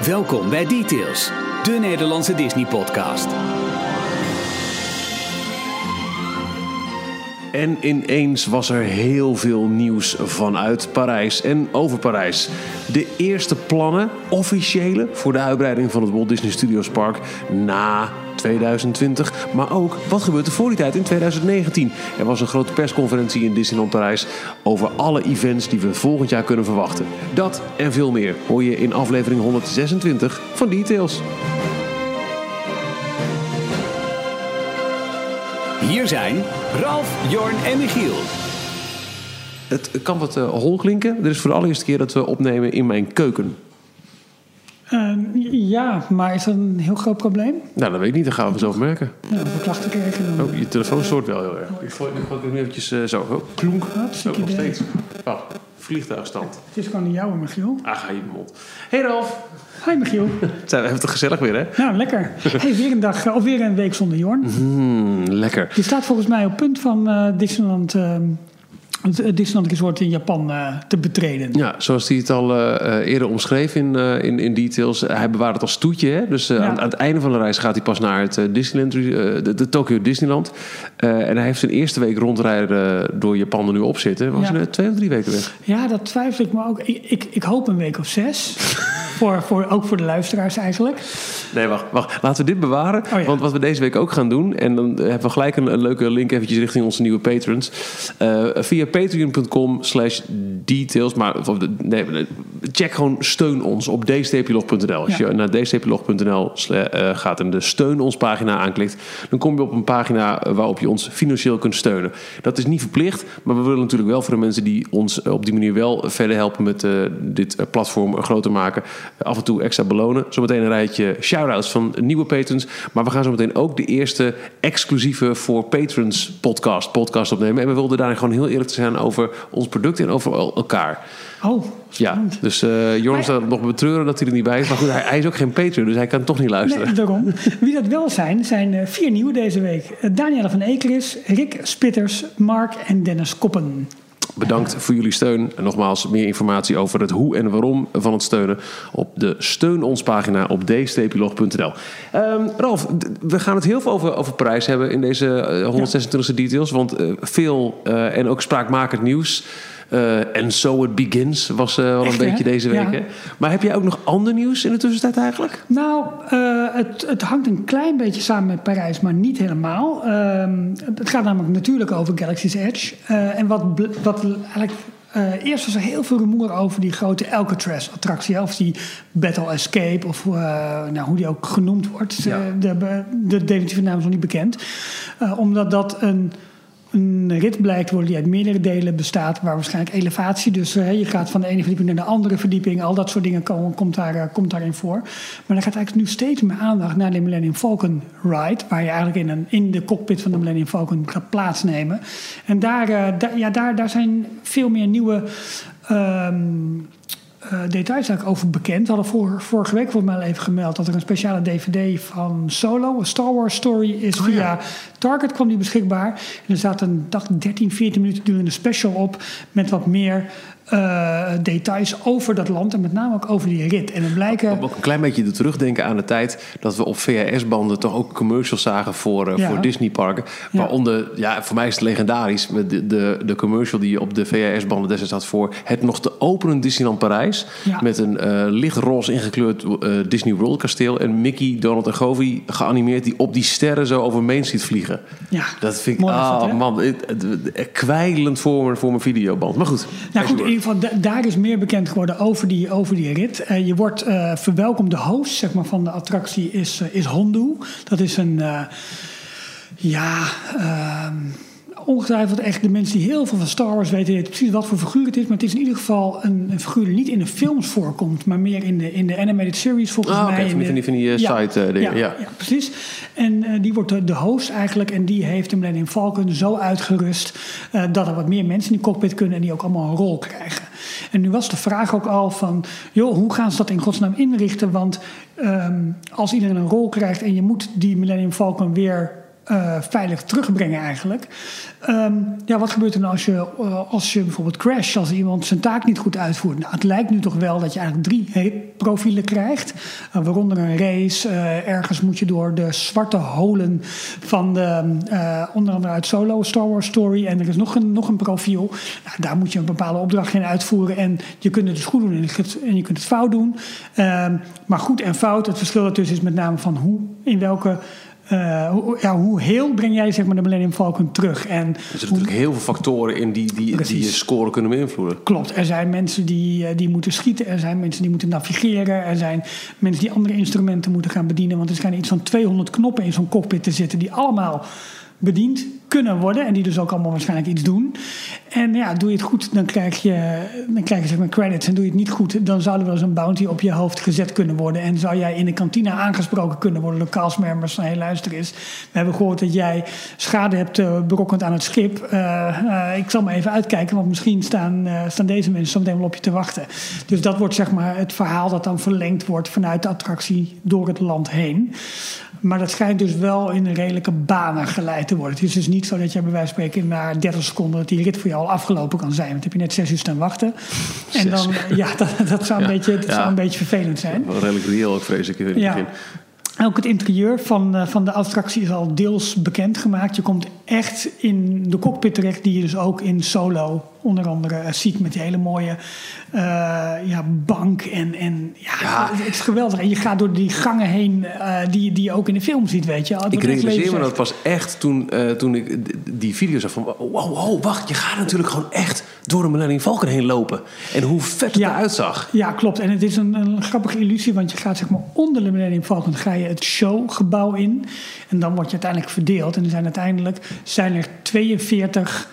Welkom bij Details, de Nederlandse Disney-podcast. En ineens was er heel veel nieuws vanuit Parijs en over Parijs. De eerste plannen, officiële, voor de uitbreiding van het Walt Disney Studios Park na 2020. Maar ook, wat gebeurt er voor die tijd in 2019? Er was een grote persconferentie in Disneyland Parijs over alle events die we volgend jaar kunnen verwachten. Dat en veel meer hoor je in aflevering 126 van Details. Hier zijn Ralf, Jorn en Michiel. Het kan wat hol klinken. Dit is voor de allereerste keer dat we opnemen in mijn keuken. Ja, maar is dat een heel groot probleem? Nou, dat weet ik niet. Dat gaan we zo merken. Nou, we klachten krijgen dan. Oh, je telefoon stoort wel heel erg. Ik gooi hem eventjes zo. Oh, klonk. Hartstikke nog idee. steeds. Oh, vliegtuigstand. Het is gewoon de jouwe, Michiel. Ah, ga je in de mond. Hey Ralf. Hi, Michiel. We hebben het toch gezellig weer, hè? Nou, lekker. Hey, weer een dag, of weer een week zonder Jorn. Lekker. Je staat volgens mij op punt van Disneyland... het Disneyland Resort in Japan te betreden. Ja, zoals hij het al eerder omschreef in Details. Hij bewaart het als toetje. Hè? Dus aan het einde van de reis gaat hij pas naar het Disneyland, de Tokyo Disneyland. En hij heeft zijn eerste week rondrijden door Japan er nu op zitten. Was hij 2 of 3 weken weg? Ja, dat twijfel ik me ook. Ik hoop een week of 6. Ook voor de luisteraars eigenlijk. Nee, wacht. Laten we dit bewaren. Oh ja. Want wat we deze week ook gaan doen... en dan hebben we gelijk een leuke link eventjes richting onze nieuwe patrons. Via patreon.com/details. Maar check gewoon steun ons op d-log.nl. Als je naar d-log.nl gaat en de steun ons pagina aanklikt... dan kom je op een pagina waarop je ons financieel kunt steunen. Dat is niet verplicht, maar we willen natuurlijk wel voor de mensen... die ons op die manier wel verder helpen met dit platform groter maken... af en toe extra belonen. Zometeen een rijtje shout-outs van nieuwe patrons. Maar we gaan zo meteen ook de eerste exclusieve voor patrons podcast opnemen. En we wilden daar gewoon heel eerlijk te zijn over ons product en over elkaar. Oh, spannend. Ja, dus Jorn staat nog betreuren dat hij er niet bij is. Maar goed, hij is ook geen patron, dus hij kan toch niet luisteren. Nee, daarom. Wie dat wel zijn 4 nieuwe deze week. Danielle van Ekeris, Rick Spitters, Mark en Dennis Koppen. Bedankt voor jullie steun. En nogmaals, meer informatie over het hoe en waarom van het steunen... op de Steun ons pagina op d-log.nl. Ralf, we gaan het heel veel over Parijs hebben... in deze 126e Details. Want veel en ook spraakmakend nieuws... En So It Begins was wel een beetje deze week. Ja. Hè? Maar heb jij ook nog ander nieuws in de tussentijd eigenlijk? Nou, het hangt een klein beetje samen met Parijs, maar niet helemaal. Het gaat namelijk natuurlijk over Galaxy's Edge. En wat eigenlijk... eerst was er heel veel rumoer over die grote Alcatraz-attractie. Of die Battle Escape, of hoe die ook genoemd wordt. Ja. De definitieve naam is nog niet bekend. Omdat dat een rit blijkt worden die uit meerdere delen bestaat, waar waarschijnlijk elevatie, dus je gaat van de ene verdieping naar de andere verdieping, al dat soort dingen komt daarin voor. Maar er gaat eigenlijk nu steeds meer aandacht naar de Millennium Falcon ride, waar je eigenlijk in de cockpit van de Millennium Falcon gaat plaatsnemen. En daar zijn veel meer nieuwe details eigenlijk over bekend. We hadden vorige week volgens mij al even gemeld dat er een speciale DVD van Solo, een Star Wars story, is via Target kwam die beschikbaar. En er staat een 13, 14 minuten durende special op met wat meer details over dat land en met name ook over die rit. En dan blijken... Ook een klein beetje terugdenken aan de tijd dat we op VHS-banden toch ook commercials zagen voor Disneyparken. Ja. Waaronder, voor mij is het legendarisch, met de commercial die op de VHS-banden destijds had voor het nog te openen Disneyland Parijs. Ja. Met een lichtroze ingekleurd Disney World kasteel en Mickey, Donald en Goofy geanimeerd die op die sterren zo over Main Street vliegen. Ja, dat vind ik kwijlend voor mijn videoband. Maar goed. Nou goed, in ieder geval, daar is meer bekend geworden over die rit. Je wordt verwelkomd. De host zeg maar, van de attractie is Hondu. Dat is een... ongetwijfeld echt de mensen die heel veel van Star Wars weten precies wat voor figuur het is. Maar het is in ieder geval een figuur die niet in de films voorkomt, maar meer in de animated series volgens mij. Van die site dingen. Ja, precies. En die wordt de host eigenlijk. En die heeft de Millennium Falcon zo uitgerust dat er wat meer mensen in die cockpit kunnen en die ook allemaal een rol krijgen. En nu was de vraag ook al van, hoe gaan ze dat in godsnaam inrichten? Want als iedereen een rol krijgt en je moet die Millennium Falcon weer veilig terugbrengen eigenlijk. Wat gebeurt er nou als je bijvoorbeeld crasht, als iemand zijn taak niet goed uitvoert? Nou, het lijkt nu toch wel dat je eigenlijk 3 profielen krijgt. Waaronder een race. Ergens moet je door de zwarte holen van onder andere uit Solo, Star Wars Story. En er is nog een profiel. Nou, daar moet je een bepaalde opdracht in uitvoeren. En je kunt het dus goed doen en je kunt het fout doen. Maar goed en fout, het verschil daartussen is met name van hoe heel breng jij zeg maar de Millennium Falcon terug? En er zitten natuurlijk heel veel factoren in die je score kunnen beïnvloeden. Klopt, er zijn mensen die moeten schieten, er zijn mensen die moeten navigeren, er zijn mensen die andere instrumenten moeten gaan bedienen, want er schijnen iets van 200 knoppen in zo'n cockpit te zitten die allemaal bediend kunnen worden en die dus ook allemaal waarschijnlijk iets doen. En doe je het goed, dan krijg je zeg maar credits. En doe je het niet goed, dan zou er wel eens een bounty op je hoofd gezet kunnen worden. En zou jij in de kantine aangesproken kunnen worden door castmembers van, hey, luister eens, we hebben gehoord dat jij schade hebt berokkend aan het schip. Ik zal maar even uitkijken, want misschien staan deze mensen zo meteen wel op je te wachten. Dus dat wordt zeg maar het verhaal dat dan verlengd wordt vanuit de attractie door het land heen. Maar dat schijnt dus wel in een redelijke banen geleid te worden. Het is dus niet zo dat je bij wijze van spreken na 30 seconden dat die rit voor jou al afgelopen kan zijn. Want heb je net 6 uur staan wachten. En dan, dat zou een beetje vervelend zijn. Wel redelijk reëel ook, vrees ik in het begin. Ook het interieur van de attractie is al deels bekendgemaakt. Je komt echt in de cockpit terecht die je dus ook in Solo onder andere ziet met die hele mooie bank. Het is geweldig. En je gaat door die gangen heen die je ook in de film ziet, weet je. Ik realiseer me dat pas echt toen ik die video zag van wow, wacht, je gaat natuurlijk gewoon echt door de Millennium Falcon heen lopen. En hoe vet het eruit zag. Ja, klopt. En het is een grappige illusie, want je gaat zeg maar onder de Millennium Falcon ga je het showgebouw in. En dan word je uiteindelijk verdeeld. En er zijn er 42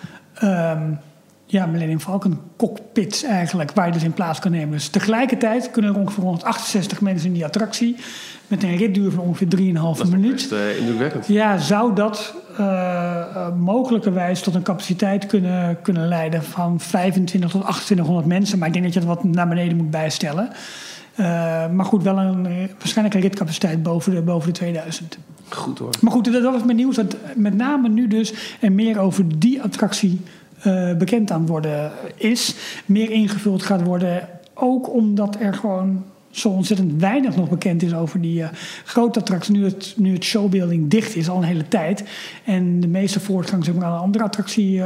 Millennium Falcon cockpits eigenlijk, waar je dus in plaats kan nemen. Dus tegelijkertijd kunnen er ongeveer 168 mensen in die attractie met een ritduur van ongeveer 3,5 minuut. Dat is best indrukwekkend. Ja, zou dat mogelijkerwijs tot een capaciteit kunnen leiden van 25 tot 2800 mensen. Maar ik denk dat je dat wat naar beneden moet bijstellen. Maar goed, wel waarschijnlijk een ritcapaciteit boven de 2000. Goed hoor. Maar goed, dat was mijn nieuws. Dat met name nu dus er meer over die attractie bekend aan worden is. Meer ingevuld gaat worden. Ook omdat er gewoon zo ontzettend weinig nog bekend is over die grote attractie. Nu het showbuilding dicht is al een hele tijd. En de meeste voortgang zeg maar, aan een andere attractie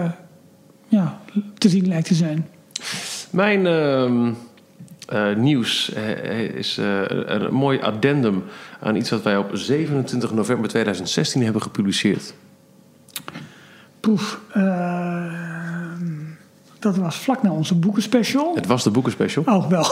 te zien lijkt te zijn. Mijn nieuws is een mooi addendum aan iets wat wij op 27 november 2016 hebben gepubliceerd. Dat was vlak na onze boekenspecial. Het was de boekenspecial. Oh, wel.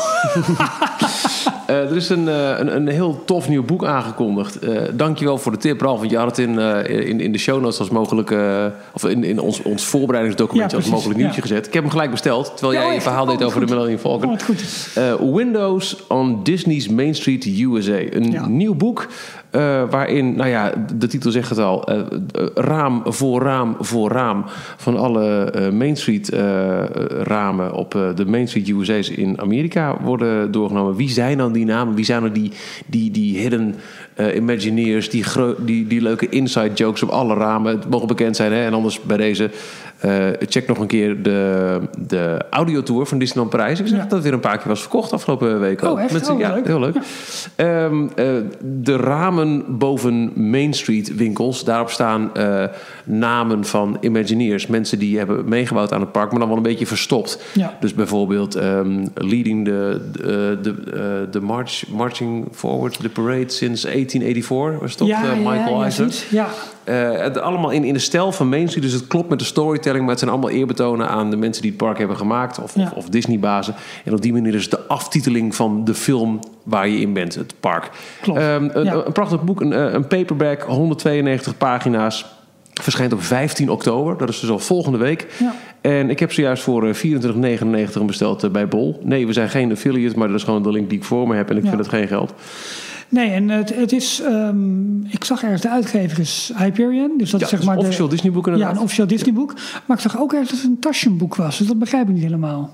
Er is een heel tof nieuw boek aangekondigd. Dankjewel voor de tip, Ralf. Want je had het in de show notes als mogelijk... of in ons voorbereidingsdocumentje als mogelijk nieuwtje gezet. Ik heb hem gelijk besteld. Terwijl jij je verhaal deed over de Millennium Falcon. Wat goed. Windows on Disney's Main Street USA. Een nieuw boek... waarin, de titel zegt het al... raam voor raam... van alle Main Street ramen... op de Main Street USA's in Amerika worden doorgenomen. Wie zijn dan die namen? Wie zijn er die hidden Imagineers... die leuke inside jokes op alle ramen? Het mogen bekend zijn, hè? En anders bij deze... check nog een keer de audiotour van Disneyland Parijs. Ik zeg dat het weer een paar keer was verkocht afgelopen week. Oh, echt? Leuk. Heel leuk. Ja. De ramen boven Main Street winkels. Daarop staan namen van Imagineers. Mensen die hebben meegebouwd aan het park, maar dan wel een beetje verstopt. Ja. Dus bijvoorbeeld leading the marching forward the parade since 1884. Was toch Michael Eisner? Ja. Allemaal in de stijl van Main Street. Dus het klopt met de storytelling. Maar het zijn allemaal eerbetonen aan de mensen die het park hebben gemaakt. Of Disney-bazen. En op die manier is het de aftiteling van de film waar je in bent. Het park. Klopt. Een prachtig boek. Een paperback. 192 pagina's. Verschijnt op 15 oktober. Dat is dus al volgende week. Ja. En ik heb zojuist voor $24,99 besteld bij Bol. Nee, we zijn geen affiliate. Maar dat is gewoon de link die ik voor me heb. En ik vind het geen geld. Nee, en het is... ik zag ergens de uitgever is Hyperion. Dus dat is zeg maar een officieel Disney boek inderdaad. Ja, een officieel Disney boek. Maar ik zag ook ergens dat het een Taschen boek was. Dus dat begrijp ik niet helemaal.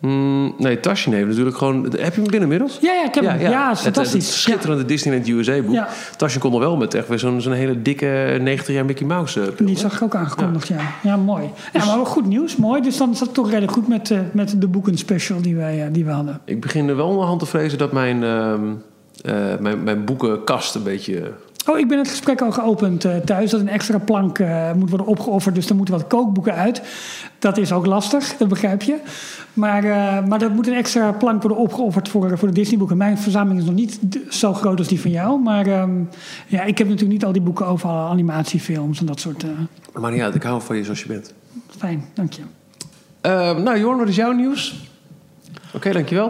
Nee, Taschen heeft natuurlijk gewoon... Heb je hem binnen inmiddels? Ja, ik heb hem. Ja, het is fantastisch. Het schitterende Disneyland USA boek. Ja. Taschen kon er wel met echt weer zo'n hele dikke 90 jaar Mickey Mouse pil. Die zag ik ook aangekondigd, ja. Ja, mooi. Dus, ja, maar goed nieuws, mooi. Dus dan zat het toch redelijk goed met de boeken special die we hadden. Ik begin er wel onderhand te vrezen dat mijn boekenkast een beetje... Ik ben het gesprek al geopend thuis. Dat een extra plank moet worden opgeofferd. Dus er moeten wat kookboeken uit. Dat is ook lastig, dat begrijp je. Maar er moet een extra plank worden opgeofferd voor de Disney-boeken. Mijn verzameling is nog niet zo groot als die van jou. Maar ik heb natuurlijk niet al die boeken over alle animatiefilms en dat soort... Maar niet uit, ik hou van je zoals je bent. Fijn, dank je. Jorn, wat is jouw nieuws? Oké, dankjewel.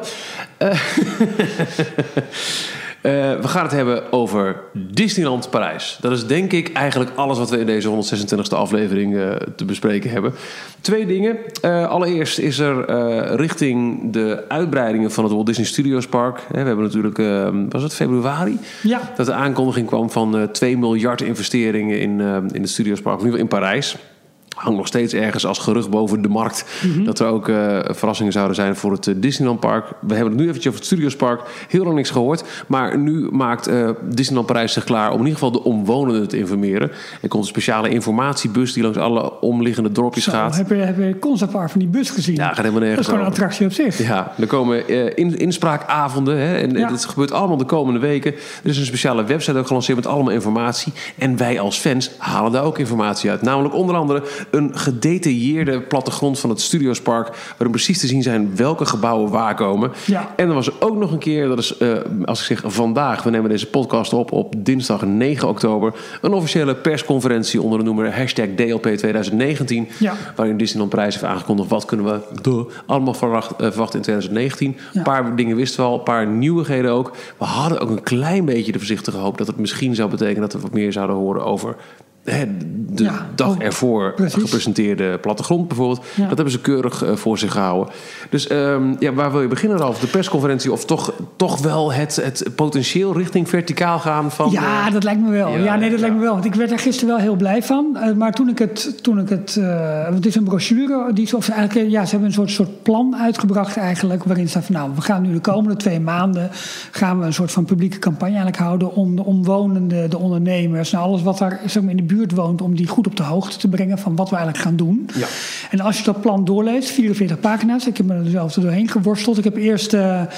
We gaan het hebben over Disneyland Parijs. Dat is denk ik eigenlijk alles wat we in deze 126e aflevering te bespreken hebben. 2 dingen. Allereerst is er richting de uitbreidingen van het Walt Disney Studios Park. We hebben natuurlijk, was het februari? Ja. Dat de aankondiging kwam van 2 miljard investeringen in het Studios Park. In ieder geval in Parijs. Hangt nog steeds ergens als gerucht boven de markt. Dat er ook verrassingen zouden zijn voor het Disneyland Park. We hebben het nu eventjes over het Studios Park. Heel lang niks gehoord. Maar nu maakt Disneyland Parijs zich klaar om in ieder geval de omwonenden te informeren. Er komt een speciale informatiebus die langs alle omliggende dorpjes gaat. Heb je het conceptart van die bus gezien? Ja, gaat helemaal nergens. Dat is gewoon een attractie op zich. Ja, er komen inspraakavonden. Hè, en dit gebeurt allemaal de komende weken. Er is een speciale website ook gelanceerd met allemaal informatie. En wij als fans halen daar ook informatie uit. Namelijk onder andere een gedetailleerde plattegrond van het Studiospark, waarin precies te zien zijn welke gebouwen waar komen. Ja. En er was ook nog een keer, dat is als ik zeg vandaag, we nemen deze podcast op dinsdag 9 oktober, een officiële persconferentie onder de noemer #DLP 2019, waarin Disneyland Parijs heeft aangekondigd wat kunnen we allemaal verwachten in 2019. Ja. Een paar dingen wisten we al, een paar nieuwigheden ook. We hadden ook een klein beetje de voorzichtige hoop dat het misschien zou betekenen dat we wat meer zouden horen over de dag ervoor gepresenteerde plattegrond bijvoorbeeld. Ja. Dat hebben ze keurig voor zich gehouden. Dus waar wil je beginnen, Ralf? De persconferentie of toch wel het potentieel richting verticaal gaan van... Ja, dat lijkt me wel. Dat lijkt me wel. Want ik werd er gisteren wel heel blij van. Maar toen ik het het is een brochure die ze hebben een soort plan uitgebracht eigenlijk, waarin staat van we gaan nu de komende 2 maanden gaan we een soort van publieke campagne eigenlijk houden om de omwonenden, de ondernemers, alles wat daar in de buurt woont, om die goed op de hoogte te brengen van wat we eigenlijk gaan doen. Ja. En als je dat plan doorleest, 44 pagina's, ik heb me er zelf doorheen geworsteld. Ik heb eerst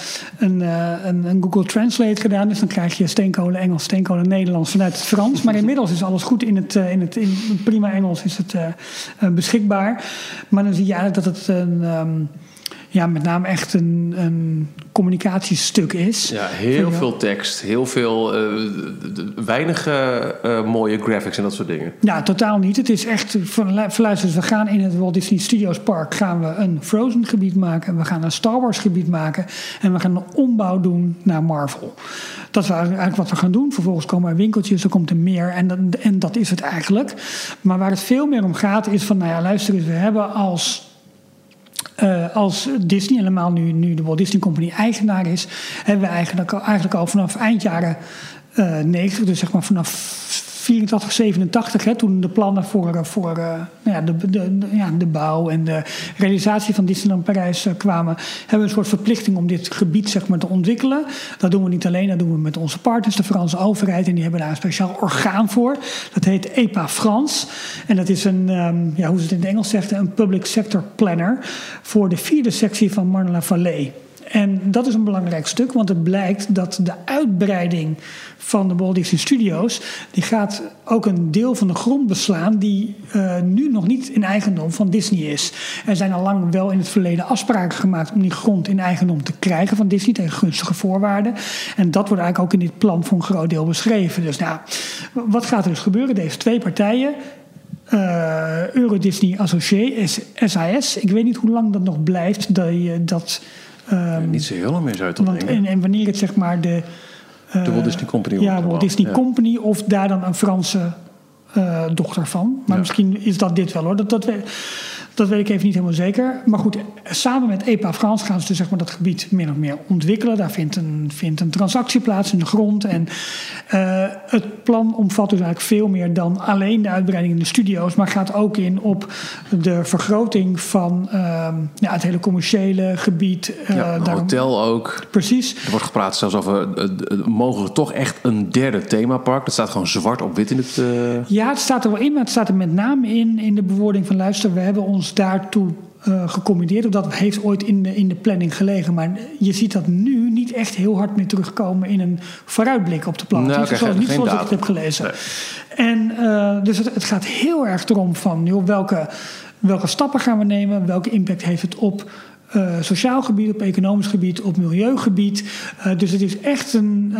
een Google Translate gedaan, dus dan krijg je steenkolen Engels, steenkolen Nederlands vanuit het Frans. Maar inmiddels is alles goed in prima Engels is het beschikbaar. Maar dan zie je eigenlijk dat het met name echt een communicatiestuk is. Ja, heel veel tekst, heel veel weinig mooie graphics en dat soort dingen. Ja, totaal niet. Het is echt, we gaan in het Walt Disney Studios Park gaan we een Frozen gebied maken, we gaan een Star Wars gebied maken en we gaan een ombouw doen naar Marvel. Dat is eigenlijk wat we gaan doen. Vervolgens komen er winkeltjes, er komt er meer en dat is het eigenlijk. Maar waar het veel meer om gaat is van, luister eens, we hebben als Disney, helemaal nu de Walt Disney Company eigenaar is, hebben we eigenlijk al vanaf eind jaren 90, dus zeg maar vanaf 84, 87, toen de plannen voor de bouw en de realisatie van Disneyland Parijs kwamen, hebben we een soort verplichting om dit gebied te ontwikkelen. Dat doen we niet alleen, dat doen we met onze partners, de Franse overheid, en die hebben daar een speciaal orgaan voor. Dat heet EPA France. En dat is hoe ze het in het Engels zegt, een Public Sector Planner voor de 4e sectie van Marne-la-Vallée. En dat is een belangrijk stuk, want het blijkt dat de uitbreiding van de Walt Disney Studios, die gaat ook een deel van de grond beslaan die nu nog niet in eigendom van Disney is. Er zijn al lang wel in het verleden afspraken gemaakt om die grond in eigendom te krijgen van Disney tegen gunstige voorwaarden. En dat wordt eigenlijk ook in dit plan voor een groot deel beschreven. Dus wat gaat er dus gebeuren? Deze 2 partijen, Euro Disney Associé, SAS. Ik weet niet hoe lang dat nog blijft. Niet zo heel lang meer zou je toch denken. En wanneer het zeg maar de Walt Disney Company. Walt Disney Company of daar dan een Franse dochter van. Maar misschien is dat dit wel hoor. Dat weet ik even niet helemaal zeker. Maar goed, samen met EPA France gaan ze dus zeg maar dat gebied min of meer ontwikkelen. Daar vindt een transactie plaats in de grond. En het plan omvat dus eigenlijk veel meer dan alleen de uitbreiding in de studio's. Maar gaat ook in op de vergroting van het hele commerciële gebied. Een hotel ook. Precies. Er wordt gepraat zelfs over mogelijk toch echt een derde themapark. Dat staat gewoon zwart op wit in het... Ja, het staat er wel in, maar het staat er met name in de bewoording van luister. We hebben ons daartoe gecommitteerd. Of dat heeft ooit in de planning gelegen. Maar je ziet dat nu niet echt heel hard meer terugkomen in een vooruitblik op de plannen. Nou, Het is niet zoals ik het heb gelezen. Nee. En dus het gaat heel erg erom van joh, welke stappen gaan we nemen? Welke impact heeft het op sociaal gebied, op economisch gebied, op milieugebied. Dus het is echt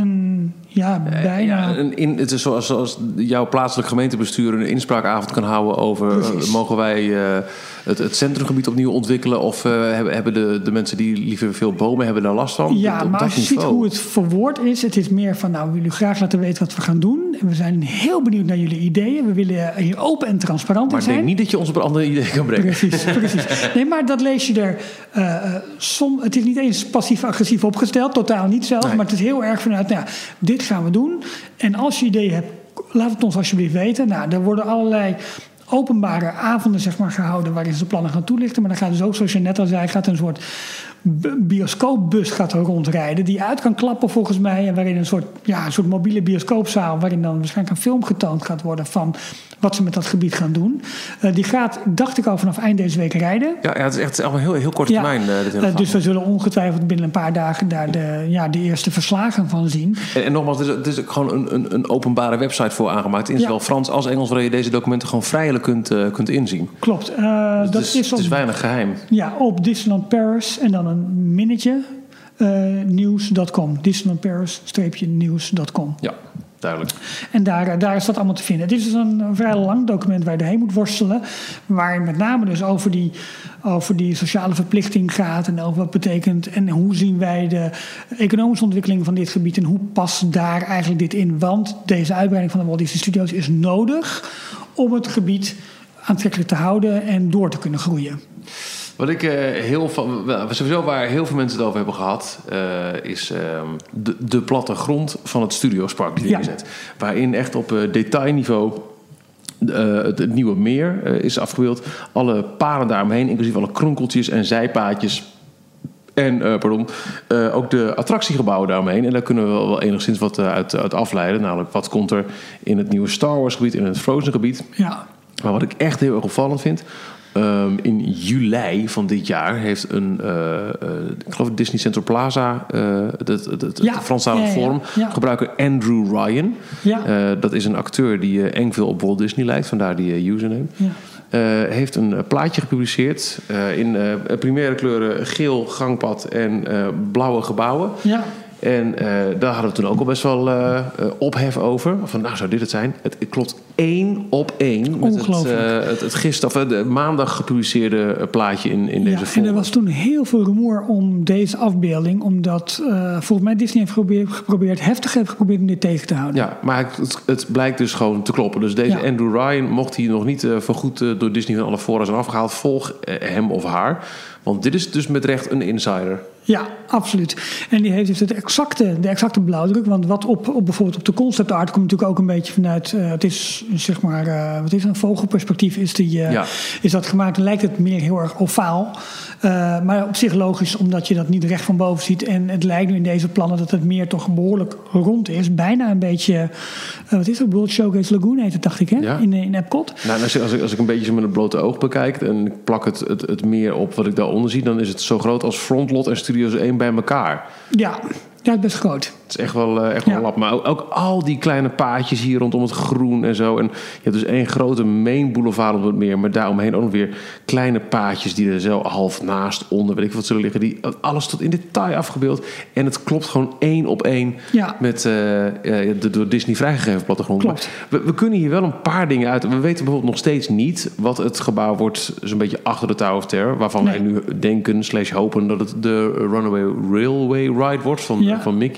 bijna... Het is zoals jouw plaatselijk gemeentebestuur een inspraakavond kan houden over... mogen wij het centrumgebied opnieuw ontwikkelen... of hebben de mensen die liever veel bomen hebben daar last van? Ja, maar als je ziet hoe het verwoord is... het is meer van, we willen jullie graag laten weten wat we gaan doen. En we zijn heel benieuwd naar jullie ideeën. We willen hier open en transparant in zijn. Maar ik denk niet dat je ons op een andere idee kan brengen. Precies. Nee, maar dat lees je er... het is niet eens passief-agressief opgesteld, totaal niet zelfs. Nee. Maar het is heel erg vanuit, dit gaan we doen. En als je ideeën hebt, laat het ons alsjeblieft weten. Er worden allerlei openbare avonden zeg maar, gehouden waarin ze de plannen gaan toelichten. Maar dan gaat dus ook, zoals je net al zei, gaat een soort bioscoopbus gaat er rondrijden die uit kan klappen volgens mij. En waarin een soort mobiele bioscoopzaal waarin dan waarschijnlijk een film getoond gaat worden van wat ze met dat gebied gaan doen. Die gaat, dacht ik al, vanaf eind deze week rijden. Ja, het is echt allemaal heel korte termijn. Dus we zullen ongetwijfeld binnen een paar dagen daar de eerste verslagen van zien. En nogmaals, het is gewoon een openbare website voor aangemaakt. In zowel Frans als Engels, waar je deze documenten gewoon vrijelijk kunt inzien. Klopt. Dus het is weinig geheim. Ja, op Disneyland Paris en dan een minnetje news.com. Disneyland Paris-news.com. Ja. Duidelijk. En daar is dat allemaal te vinden. Het is dus een vrij lang document waar je doorheen moet worstelen. Waar met name dus over die sociale verplichting gaat. En over wat betekent en hoe zien wij de economische ontwikkeling van dit gebied. En hoe past daar eigenlijk dit in. Want deze uitbreiding van de Walt Disney Studios is nodig om het gebied aantrekkelijk te houden en door te kunnen groeien. Wat ik sowieso waar heel veel mensen het over hebben gehad, is de plattegrond van het Studiospark die neerzet. Waarin echt op detailniveau het nieuwe meer is afgebeeld. Alle paden daaromheen, inclusief alle kronkeltjes en zijpaadjes. En ook de attractiegebouwen daaromheen. En daar kunnen we wel enigszins wat uit afleiden. Namelijk, wat komt er in het nieuwe Star Wars gebied, in het Frozen gebied. Ja. Maar wat ik echt heel erg opvallend vind... in juli van dit jaar heeft ik geloof Disney Central Plaza, het Franstalige forum, gebruiker Andrew Ryan. Ja. Dat is een acteur die eng veel op Walt Disney lijkt, vandaar die username. Ja. Heeft een plaatje gepubliceerd in primaire kleuren geel gangpad en blauwe gebouwen. Ja. En daar hadden we toen ook al best wel ophef over. Van, zou dit het zijn? Het klopt 1 op 1 met het gisteren of de maandag gepubliceerde plaatje in deze vorm. En er was toen heel veel rumoer om deze afbeelding. Omdat volgens mij Disney heeft heftig geprobeerd om dit tegen te houden. Ja, maar het blijkt dus gewoon te kloppen. Dus deze Andrew Ryan, mocht hij nog niet voorgoed door Disney van alle fora zijn afgehaald, volg hem of haar. Want dit is dus met recht een insider. Ja, absoluut. En die heeft dus de exacte blauwdruk. Want wat bijvoorbeeld op de concept art komt natuurlijk ook een beetje vanuit... het is zeg maar, wat is een vogelperspectief is dat gemaakt. Dan lijkt het meer heel erg ovaal. Maar op zich logisch, omdat je dat niet recht van boven ziet. En het lijkt nu in deze plannen dat het meer toch behoorlijk rond is. Bijna een beetje, wat is het? World Showcase Lagoon heet het, dacht ik, hè? Ja. In Epcot. Nou, als ik een beetje met het blote oog bekijk en ik plak het meer op wat ik daaronder zie, dan is het zo groot als Frontlot en Studios 1 bij elkaar. Ja, het is best groot. Het is echt wel lap. Maar ook al die kleine paadjes hier rondom het groen en zo. En je hebt dus één grote main boulevard op het meer. Maar daaromheen ook nog weer kleine paadjes die er zo half naast, onder, weet ik wat zullen liggen. Die alles tot in detail afgebeeld. En het klopt gewoon 1 op 1 met de door Disney vrijgegeven plattegrond. Klopt. We kunnen hier wel een paar dingen uit. We weten bijvoorbeeld nog steeds niet wat het gebouw wordt zo'n beetje achter de Tower of Terror. Waarvan wij nu denken / hopen dat het de Runaway Railway Ride wordt van Mickey. Ja.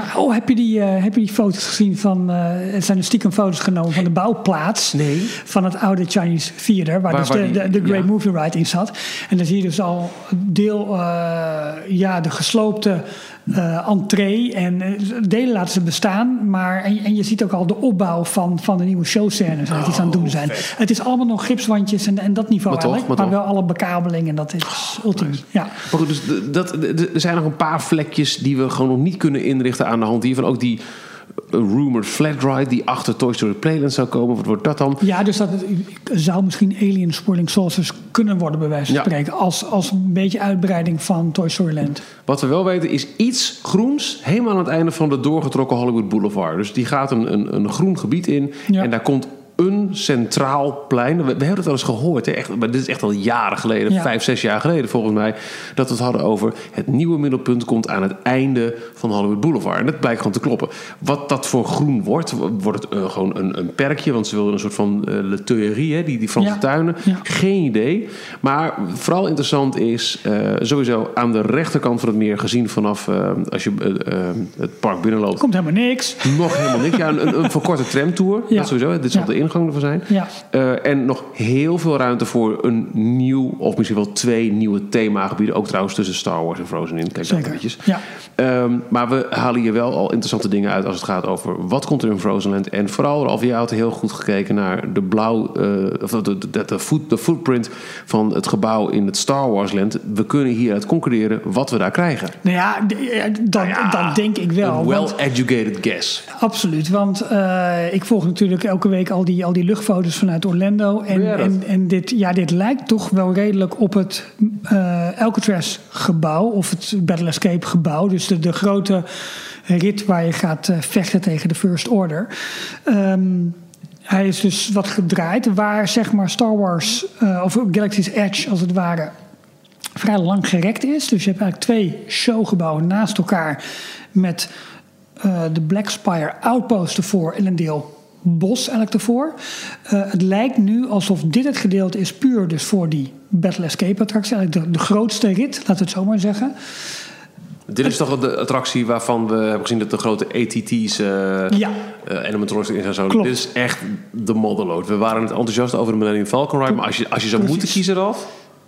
Ja, heb je die foto's gezien van... het zijn stiekem foto's genomen van de bouwplaats... Nee. Van het oude Chinese Theater... waar dus de Great Movie Ride in zat. En dan zie je dus al deel... de gesloopte... entree en delen laten ze bestaan, maar en je ziet ook al de opbouw van de nieuwe showscènes die ze aan het doen zijn. Vet. Het is allemaal nog gipswandjes en dat niveau maar wel alle bekabeling en dat is ultiem. Nice. Ja. Maar goed, dus er zijn nog een paar vlekjes die we gewoon nog niet kunnen inrichten aan de hand hiervan. Ook die rumored flat ride die achter Toy Story Playland zou komen. Wat wordt dat dan? Ja, dus dat zou misschien Alien Swirling Saucers kunnen worden, bij wijze van spreken. Als een beetje uitbreiding van Toy Story Land. Wat we wel weten is iets groens helemaal aan het einde van de doorgetrokken Hollywood Boulevard. Dus die gaat een groen gebied in en daar komt een centraal plein. We hebben het wel eens gehoord. Hè? Echt, maar dit is echt al jaren geleden, 5-6 jaar geleden volgens mij, dat we het hadden over het nieuwe middelpunt komt aan het einde van Hollywood Boulevard. En dat blijkt gewoon te kloppen. Wat dat voor groen wordt het gewoon een perkje, want ze wilden een soort van Le Tuileries, die Franse tuinen. Ja. Geen idee. Maar vooral interessant is sowieso aan de rechterkant van het meer gezien vanaf als je het park binnenloopt. Komt helemaal niks. Nog helemaal niks. Ja, een verkorte tramtour. Ja. Dat sowieso. Dit zal de ingang ervan zijn. Ja. En nog heel veel ruimte voor een nieuw, of misschien wel 2 nieuwe themagebieden. Ook trouwens tussen Star Wars en Frozen in. Kijk daar eventjes. Ja. Maar we halen hier wel al interessante dingen uit als het gaat over wat komt er in Frozenland. En vooral, Ralf, jij had heel goed gekeken naar de de footprint van het gebouw in het Star Wars Land. We kunnen hieruit concluderen wat we daar krijgen. Nou ja, dat denk ik wel. Een well-educated guess. Absoluut, want ik volg natuurlijk elke week al die luchtfoto's vanuit Orlando. En dit lijkt toch wel redelijk op het Alcatraz gebouw of het Battle Escape gebouw. Dus de grote rit waar je gaat vechten tegen de First Order. Hij is dus wat gedraaid waar zeg maar Star Wars of Galaxy's Edge als het ware vrij lang gerekt is. Dus je hebt eigenlijk 2 showgebouwen naast elkaar met de Black Spire Outpost ervoor en een deel bos eigenlijk ervoor. Het lijkt nu alsof dit het gedeelte is puur dus voor die Battle Escape attractie. Eigenlijk de grootste rit, laten we het zo maar zeggen. Dit is toch de attractie waarvan we hebben gezien dat de grote ATT's animatronics in zijn zo. Dit is echt de modderlood. We waren het enthousiast over de Millennium Falcon Ride, maar als je zou moeten kiezen, Ralf?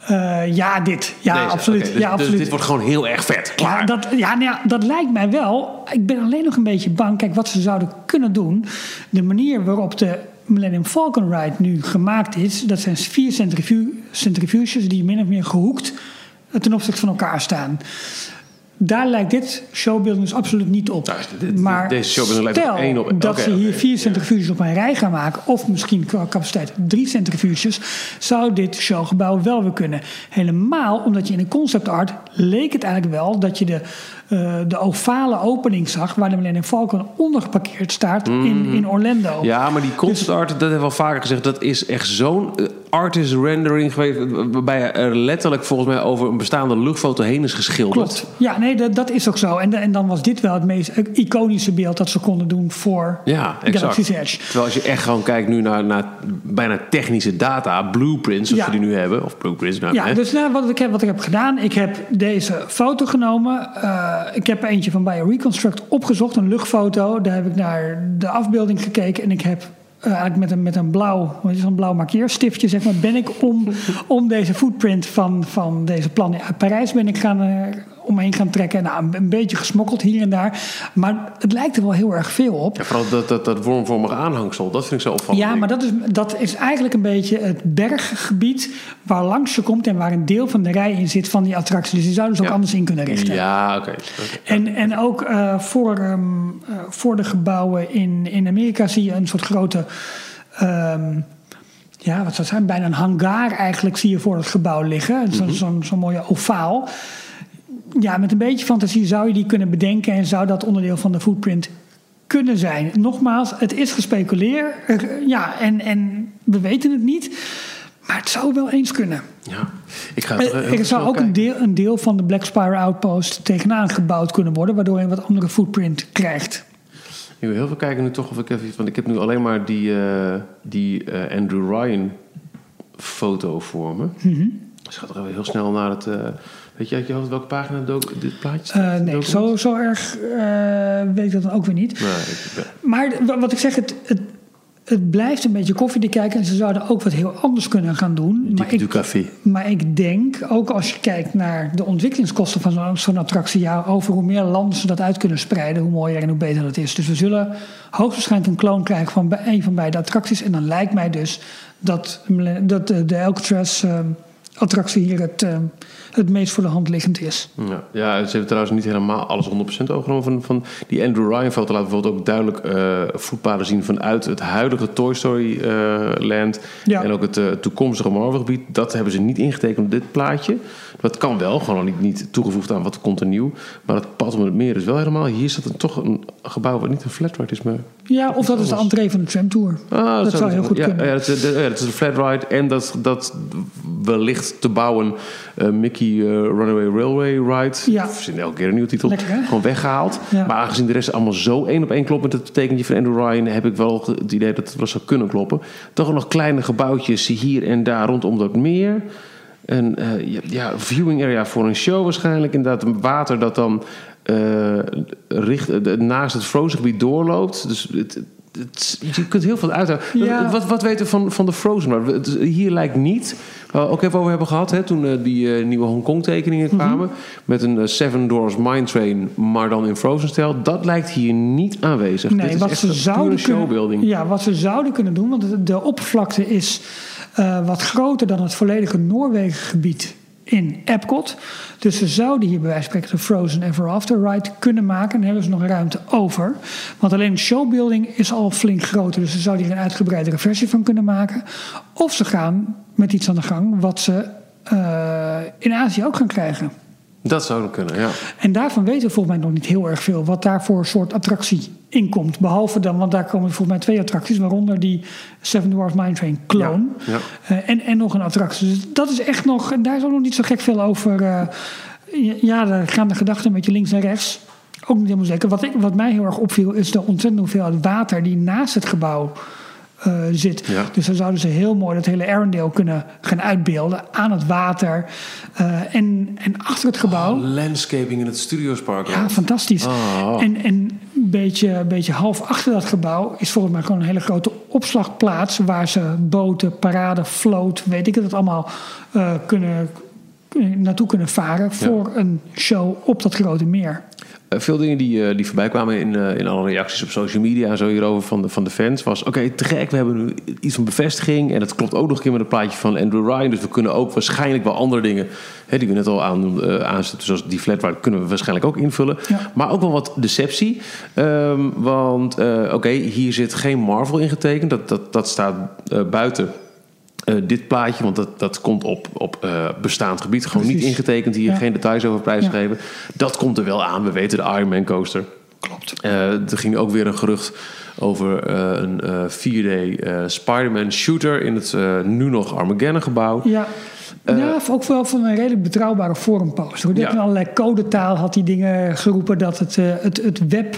Dit. Ja, deze, absoluut. Okay. Absoluut. Dus dit wordt gewoon heel erg vet. Klaar. Dat lijkt mij wel. Ik ben alleen nog een beetje bang. Kijk, wat ze zouden kunnen doen. De manier waarop de Millennium Falcon Ride nu gemaakt is. Dat zijn 4 centrifuges die min of meer gehoekt ten opzichte van elkaar staan. Daar lijkt dit showbuilding dus absoluut niet op. Maar deze showbuilding lijkt op 1 op. Dat ze hier 4 centrifuges op een rij gaan maken, of misschien qua capaciteit 3 centrifuges, zou dit showgebouw wel weer kunnen. Helemaal omdat je in de concept art leek het eigenlijk wel dat je de ovale opening zag waar de Millennium Falcon onder geparkeerd staat in Orlando. Ja, maar die concept art, dat hebben we al vaker gezegd, dat is echt zo'n artist rendering geweest, waarbij er letterlijk volgens mij over een bestaande luchtfoto heen is geschilderd. Klopt. Ja, nee, dat is ook zo. En dan was dit wel het meest iconische beeld dat ze konden doen voor Galaxy's Edge. Terwijl als je echt gewoon kijkt nu naar bijna technische data, blueprints, zoals we die nu hebben, of blueprints. Dus wat ik heb gedaan, ik heb deze foto genomen. Ik heb er eentje van BioReconstruct opgezocht, een luchtfoto. Daar heb ik naar de afbeelding gekeken en ik heb eigenlijk met een blauw markeerstiftje, zeg maar, ben ik om deze footprint van deze plannen uit Parijs ben ik omheen gaan trekken. Nou, een beetje gesmokkeld hier en daar. Maar het lijkt er wel heel erg veel op. Ja, vooral dat wormvormige aanhangsel, dat vind ik zo opvallend. Ja, maar dat is eigenlijk een beetje het berggebied waar langs je komt en waar een deel van de rij in zit van die attractie. Dus die zouden ze ook anders in kunnen richten. Ja, oké. En ook voor de gebouwen in Amerika zie je een soort grote wat zou het zijn? Bijna een hangar eigenlijk zie je voor het gebouw liggen. Zo'n mooie ovaal. Ja, met een beetje fantasie zou je die kunnen bedenken en zou dat onderdeel van de footprint kunnen zijn. Nogmaals, het is gespeculeerd. En we weten het niet. Maar het zou wel eens kunnen. Ja, er zou ook een deel van de Black Spire Outpost tegenaan gebouwd kunnen worden, waardoor je een wat andere footprint krijgt. Ik wil heel veel kijken nu toch of ik even, want ik heb nu alleen maar die Andrew Ryan foto voor me. Dus ik ga toch even heel snel naar Weet je uit je hoofd welke pagina dit plaatje staat? Nee, zo erg weet ik dat dan ook weer niet. Nee, maar wat ik zeg, het blijft een beetje koffiedik kijken. En ze zouden ook wat heel anders kunnen gaan doen. Maar ik denk, ook als je kijkt naar de ontwikkelingskosten van zo'n attractie... ja, over hoe meer landen ze dat uit kunnen spreiden... hoe mooier en hoe beter dat is. Dus we zullen hoogstwaarschijnlijk een kloon krijgen van een van beide attracties. En dan lijkt mij dus dat de Alcatraz-attractie hier het meest voor de hand liggend is. Ja, ze hebben trouwens niet helemaal alles 100% overgenomen van die Andrew Ryan foto. Laat bijvoorbeeld ook duidelijk voetpaden zien vanuit het huidige Toy Story Land. Ja. En ook het toekomstige Marvel-gebied. Dat hebben ze niet ingetekend op dit plaatje. Dat kan wel, gewoon niet toegevoegd aan wat komt er nieuw. Maar het pad om het meer is wel helemaal. Hier staat er toch een gebouw wat niet een flatride is, maar... Ja, of dat is de entree van de tramtour. Dat zou heel goed kunnen. Ja, dat is een flatride en dat wellicht te bouwen Mickey Runaway Railway Ride. Ja. Verzin elke keer een nieuwe titel. Lekker, gewoon weggehaald. Ja. Maar aangezien de rest allemaal zo 1 op 1 klopt met het tekentje van Andrew Ryan, heb ik wel het idee dat het wel zou kunnen kloppen. Toch ook nog kleine gebouwtjes hier en daar rondom dat meer. Een viewing area voor een show waarschijnlijk. Inderdaad, water dat dan naast het Frozen gebied doorloopt. Dus je kunt heel veel uithalen. Ja. Wat weten we van de Frozen? Hier lijkt niet. Ook even over hebben gehad, hè, toen die nieuwe Hongkong tekeningen kwamen. Met een Seven Dwarfs Mine Train, maar dan in Frozen-stijl. Dat lijkt hier niet aanwezig. Nee, dit is echt pure showbuilding. Ja, wat ze zouden kunnen doen, want de oppervlakte is wat groter dan het volledige Noorwegen-gebied in Epcot. Dus ze zouden hier bij wijze van spreken de Frozen Ever After ride kunnen maken. En dan hebben ze nog ruimte over. Want alleen de showbuilding is al flink groter. Dus ze zouden hier een uitgebreidere versie van kunnen maken. Of ze gaan met iets aan de gang wat ze in Azië ook gaan krijgen. Dat zou kunnen, ja. En daarvan weten we volgens mij nog niet heel erg veel. Wat daar voor soort attractie in komt. Behalve dan, want daar komen volgens mij 2 attracties. Waaronder die Seven Dwarfs Mine Train clone. Ja. En nog een attractie. Dus dat is echt nog... En daar is ook nog niet zo gek veel over. Daar gaan de gedachten een beetje links en rechts. Ook niet helemaal zeker. Wat mij heel erg opviel is de ontzettende hoeveelheid water die naast het gebouw zit. Ja. Dus dan zouden ze heel mooi dat hele Arendelle kunnen gaan uitbeelden aan het water. En achter het gebouw... landscaping in het Studiospark. Ja, fantastisch. En een beetje half achter dat gebouw is volgens mij gewoon een hele grote opslagplaats waar ze boten, parade, vloot, weet ik het allemaal naartoe kunnen varen voor een show op dat grote meer. Veel dingen die voorbij kwamen in alle reacties op social media en zo hierover van de fans was... Oké, te gek, we hebben nu iets van bevestiging. En dat klopt ook nog een keer met het plaatje van Andrew Ryan. Dus we kunnen ook waarschijnlijk wel andere dingen... die we net al aanzetten, zoals die flatride, kunnen we waarschijnlijk ook invullen. Ja. Maar ook wel wat deceptie. Want hier zit geen Marvel ingetekend. Dat staat buiten... dit plaatje, want dat komt op bestaand gebied. Gewoon niet ingetekend hier, geen details over prijsgegeven. Dat komt er wel aan. We weten de Iron Man coaster. Klopt. Er ging ook weer een gerucht over een 4D Spider-Man shooter in het nu nog Armageddon gebouw. Ja. Ook wel van een redelijk betrouwbare forumpost. In allerlei codetaal had die dingen geroepen dat het web...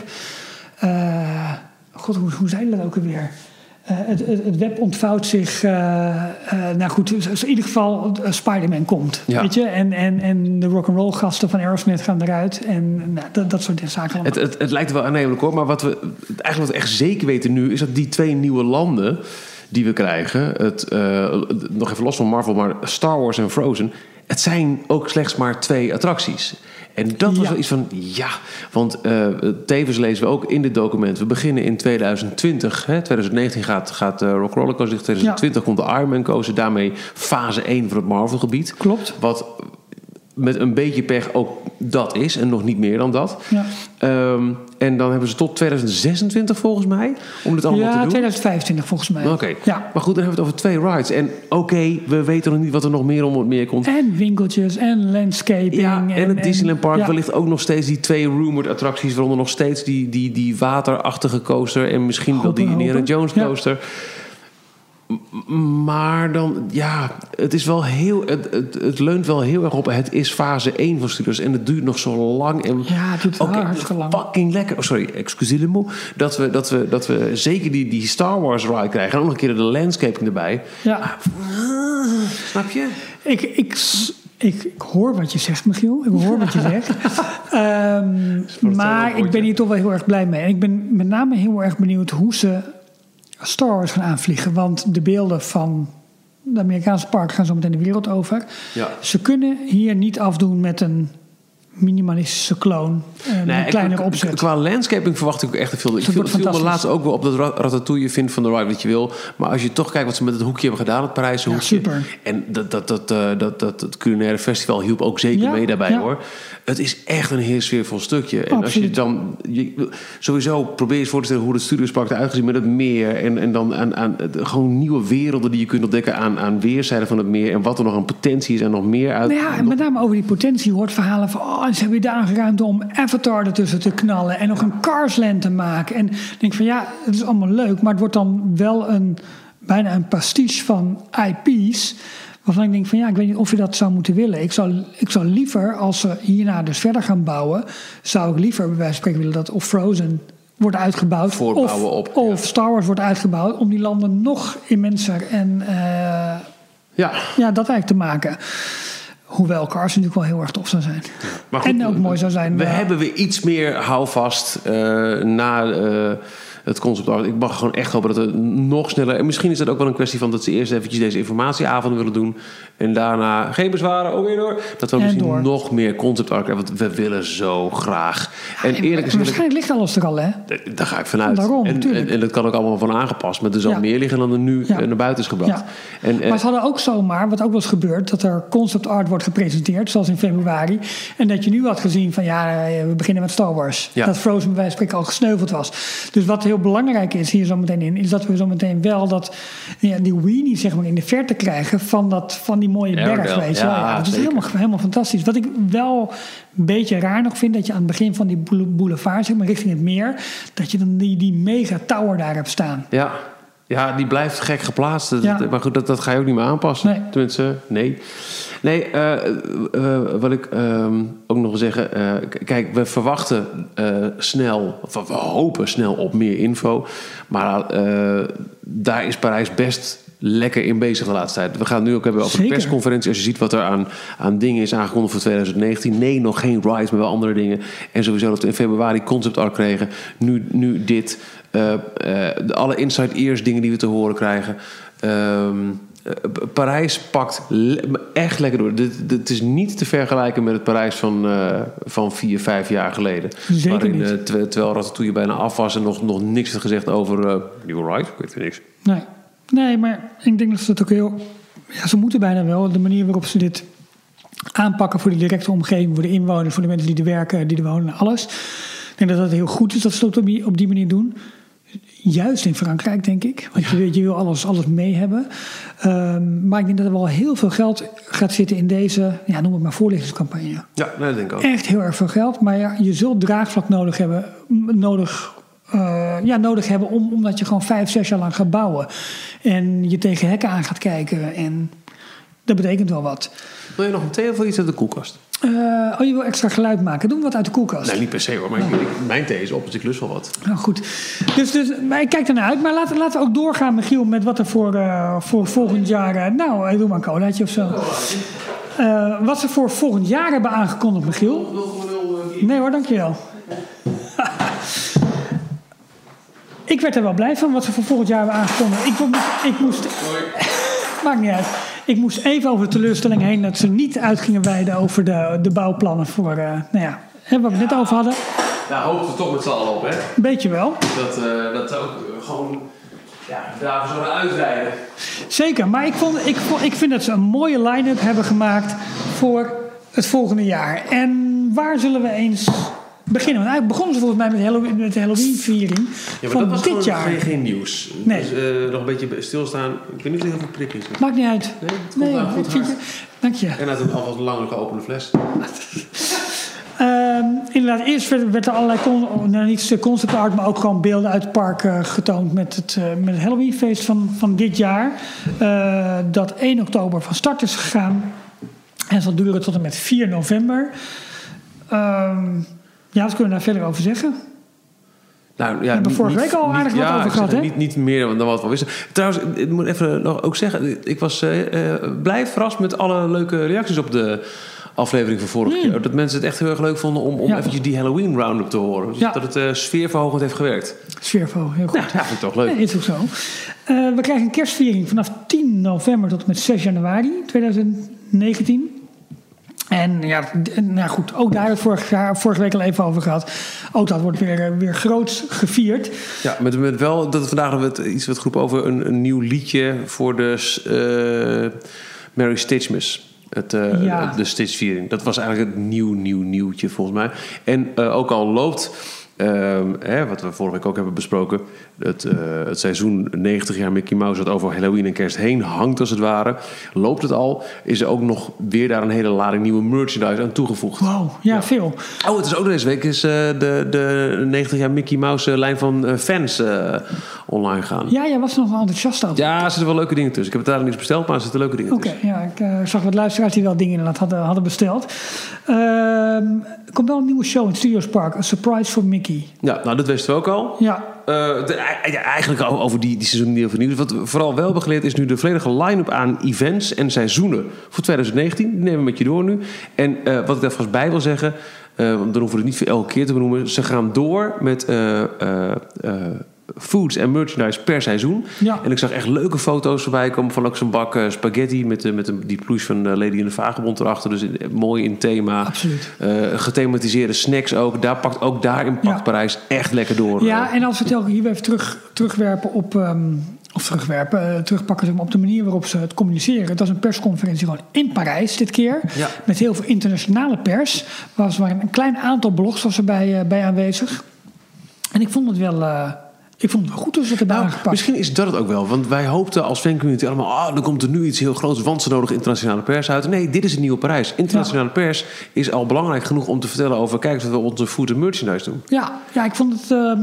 hoe zei dat ook alweer? Het web ontvouwt zich... dus in ieder geval Spider-Man komt. Ja. Weet je? En de rock'n'roll gasten van Aerosmith gaan eruit. En dat soort zaken. Het lijkt wel aannemelijk hoor. Maar wat we echt zeker weten nu... is dat die 2 nieuwe landen die we krijgen... nog even los van Marvel, maar Star Wars en Frozen... het zijn ook slechts maar 2 attracties... En dat was wel iets van, want tevens lezen we ook in dit document... we beginnen in 2020, 2019 gaat Rock Roller Coaster, 2020 komt de Iron Man Coaster... daarmee fase 1 van het Marvel-gebied. Klopt. Wat met een beetje pech ook dat is en nog niet meer dan dat. Ja. En dan hebben ze tot 2026 volgens mij om dit allemaal te doen. Ja, 2025 volgens mij. Oké. Ja. Maar goed, dan hebben we het over 2 rides. En we weten nog niet wat er nog meer om het meer komt. En winkeltjes en landscaping. Ja, en het Disneyland Park. Wellicht ook nog steeds die 2 rumored attracties... waaronder nog steeds die waterachtige coaster... en misschien wel die Indiana Jones coaster... Ja. Maar dan, het is wel het leunt wel heel erg op. Het is fase 1 van Studios en het duurt nog zo lang. En het duurt hartstikke lang. Fucking lekker. Excusez-moi. Dat we zeker die Star Wars ride krijgen. En ook nog een keer de landscaping erbij. Ja. Snap je? Ik hoor wat je zegt, Michiel. Ik hoor wat je zegt. Maar ik ben hier toch wel heel erg blij mee. En ik ben met name heel erg benieuwd hoe ze Star Wars gaan aanvliegen. Want de beelden van de Amerikaanse park gaan zo meteen de wereld over. Ja. Ze kunnen hier niet afdoen met een minimalistische kloon. Een kleinere opzet. Qua landscaping verwacht ik ook echt veel. Ik viel me laatst ook wel op dat Ratatouille vindt van de ride wat je wil. Maar als je toch kijkt wat ze met het hoekje hebben gedaan, het Parijse hoekje. Super. En dat culinaire festival hielp ook zeker mee daarbij hoor. Het is echt een heel sfeervol stukje. En als je dan sowieso probeer je voor te stellen hoe het Studiospark eruit gezien met het meer. En dan aan gewoon nieuwe werelden die je kunt ontdekken aan weerszijden van het meer. En wat er nog aan potentie is en nog meer uit. En met name over die potentie hoort verhalen van ze hebben daar ruimte om Avatar ertussen te knallen en nog een Carsland te maken. En ik denk van het is allemaal leuk, maar het wordt dan wel bijna een pastiche van IP's. Waarvan ik denk van ik weet niet of je dat zou moeten willen. Ik zou liever, als ze hierna dus verder gaan bouwen, zou ik liever bij wijze van spreken willen dat of Frozen wordt uitgebouwd. Of Star Wars wordt uitgebouwd om die landen nog immenser en dat eigenlijk te maken. Hoewel Cars natuurlijk wel heel erg tof zou zijn. Maar goed, en ook mooi zou zijn. We hebben weer iets meer houvast na het concept art. Ik mag gewoon echt hopen dat het nog sneller... En misschien is dat ook wel een kwestie van dat ze eerst eventjes deze informatieavonden willen doen. En daarna geen bezwaren, ook weer door. Dat we misschien nog meer concept art hebben. Want we willen zo graag. En eerlijk gezegd... Waarschijnlijk ligt alles er al, hè? Daar ga ik vanuit. Daarom, en dat kan ook allemaal van aangepast. Maar er zal meer liggen dan er nu naar buiten is gebracht. Ja. Maar ze hadden ook zomaar, wat ook wel eens gebeurt, dat er concept art wordt gepresenteerd, zoals in februari. En dat je nu had gezien van we beginnen met Star Wars. Ja. Dat Frozen bij wijze van spreken al gesneuveld was. Dus wat heel belangrijk is hier zo meteen in, is dat we zo meteen wel die weenie zeg maar in de verte krijgen van die mooie berg. Weet je. Dat is helemaal fantastisch. Wat ik wel een beetje raar nog vind, dat je aan het begin van die boulevard, zeg maar richting het meer, dat je dan die mega tower daar hebt staan. Ja, die blijft gek geplaatst. Maar goed, dat ga je ook niet meer aanpassen. Nee. Tenminste, nee. Nee, wat ik ook nog wil zeggen... kijk, we verwachten snel... Of we hopen snel op meer info. Maar daar is Parijs best lekker in bezig de laatste tijd. We gaan het nu ook hebben over de persconferentie. Als je ziet wat er aan dingen is aangekondigd voor 2019. Nee, nog geen rides, maar wel andere dingen. En sowieso dat we in februari concept art kregen. Nu dit. Alle inside ears dingen die we te horen krijgen. Parijs pakt echt lekker door. Het is niet te vergelijken met het Parijs van 4-5 jaar geleden. Zeker waarin, niet. Terwijl Ratatouille bijna af was en nog niks had gezegd over nieuwe ride. Ik weet niks. Nee, maar ik denk dat ze het ook heel... Ja, ze moeten bijna wel. De manier waarop ze dit aanpakken voor de directe omgeving, voor de inwoners, voor de mensen die er werken, die er wonen, alles. Ik denk dat het heel goed is dat ze het op die manier doen. Juist in Frankrijk, denk ik. Want je wil alles mee hebben. Maar ik denk dat er wel heel veel geld gaat zitten in deze, noem het maar, voorlichtingscampagne. Ja, dat denk ik ook. Echt heel erg veel geld. Maar je zult draagvlak nodig hebben omdat je gewoon 5-6 jaar lang gaat bouwen. En je tegen hekken aan gaat kijken. En dat betekent wel wat. Wil je nog een thee of iets uit de koelkast? Je wil extra geluid maken. Doen we wat uit de koelkast. Nee, niet per se hoor. Maar mijn thee is op, dus ik lust wel wat. Nou goed. Dus maar ik kijk ernaar uit. Maar laten we ook doorgaan, Michiel, met wat er voor volgend jaar... doe maar een colaatje of zo. Wat ze voor volgend jaar hebben aangekondigd, Michiel. Nee hoor, dankjewel. Ik werd er wel blij van wat ze voor volgend jaar hebben aangekondigd. Ik moest... Maakt niet uit. Ik moest even over de teleurstelling heen dat ze niet uit gingen wijden over de bouwplannen voor, wat we net over hadden. Daar hopen we toch met z'n allen op, hè? Een beetje wel. Dat ook gewoon daarvoor zouden uitrijden. Zeker, maar ik vind dat ze een mooie line-up hebben gemaakt voor het volgende jaar. En waar zullen we eens beginnen? Want eigenlijk begonnen ze volgens mij met de Halloween-viering van dat was dit jaar. Geen nieuws. Nee. Dus nog een beetje stilstaan. Ik weet niet of er heel veel prik is. Maakt niet uit. Nee, het komt goed hard. Dank je. En uit een alvast langer geopende fles. Inderdaad, eerst werd er allerlei niet concept art, maar ook gewoon beelden uit het park getoond met het Halloweenfeest van dit jaar. Dat 1 oktober van start is gegaan. En zal duren tot en met 4 november. Wat kunnen we daar verder over zeggen? Nou, ja, hebben we vorige week al aardig wat over gehad, hè? Niet meer dan wat we wisten. Trouwens, ik moet even nog ook zeggen... Ik was blij verrast met alle leuke reacties op de aflevering van vorige keer. Dat mensen het echt heel erg leuk vonden om eventjes die Halloween roundup te horen. Dus dat het sfeerverhogend heeft gewerkt. Sfeerverhogend, heel goed. Ja, vind ik toch leuk. Nee, is ook zo. We krijgen een kerstviering vanaf 10 november tot en met 6 januari 2019. En goed, ook daar hebben we vorige week al even over gehad. Ook dat wordt weer groots gevierd. Ja, met wel dat we vandaag iets wat groep over een nieuw liedje voor de Mary Stitchmas. De Stitchviering. Dat was eigenlijk het nieuwtje volgens mij. En ook al loopt... wat we vorige week ook hebben besproken... Het seizoen 90 jaar Mickey Mouse... dat over Halloween en kerst heen hangt als het ware... loopt het al... is er ook nog weer daar een hele lading nieuwe merchandise aan toegevoegd. Wow, ja, veel. Oh, het is ook deze week... is de 90 jaar Mickey Mouse lijn van fans online gaan. Ja, jij was er nog wel enthousiast over. Ja, er zitten wel leuke dingen tussen. Ik heb het daar niks besteld, maar er zitten leuke dingen tussen. Oké, ja, ik zag wat luisteraars die wel dingen inderdaad hadden besteld. Er komt wel een nieuwe show in Studios Park. A Surprise for Mickey. Ja, nou dat wisten we ook al. Ja. Eigenlijk over die seizoen niet heel veel nieuws. Wat we vooral wel hebben geleerd is nu de volledige line-up aan events en seizoenen voor 2019. Die nemen we met je door nu. En wat ik daar vast bij wil zeggen, dan hoeven we het niet voor elke keer te benoemen. Ze gaan door met foods en merchandise per seizoen. Ja. En ik zag echt leuke foto's voorbij komen van ook zo'n bak spaghetti met die pluche van Lady in de Vagebond erachter. Dus mooi in thema. Absoluut. Gethematiseerde snacks ook. Daarin pakt Parijs echt lekker door. Ja, en als we het hier even terugwerpen op... terugpakken op de manier waarop ze het communiceren. Dat is een persconferentie gewoon in Parijs dit keer. Ja. Met heel veel internationale pers. Was maar een klein aantal blogs was erbij bij aanwezig. En ik vond het wel... goed dat ze het hebben aangepakt. Misschien is dat het ook wel. Want wij hoopten als fancommunity allemaal... dan komt er nu iets heel groots, want ze nodig internationale pers uit. Nee, dit is het nieuwe Parijs. Internationale pers is al belangrijk genoeg om te vertellen over... kijk eens wat we onze food en merchandise doen. Ja, ik vond het...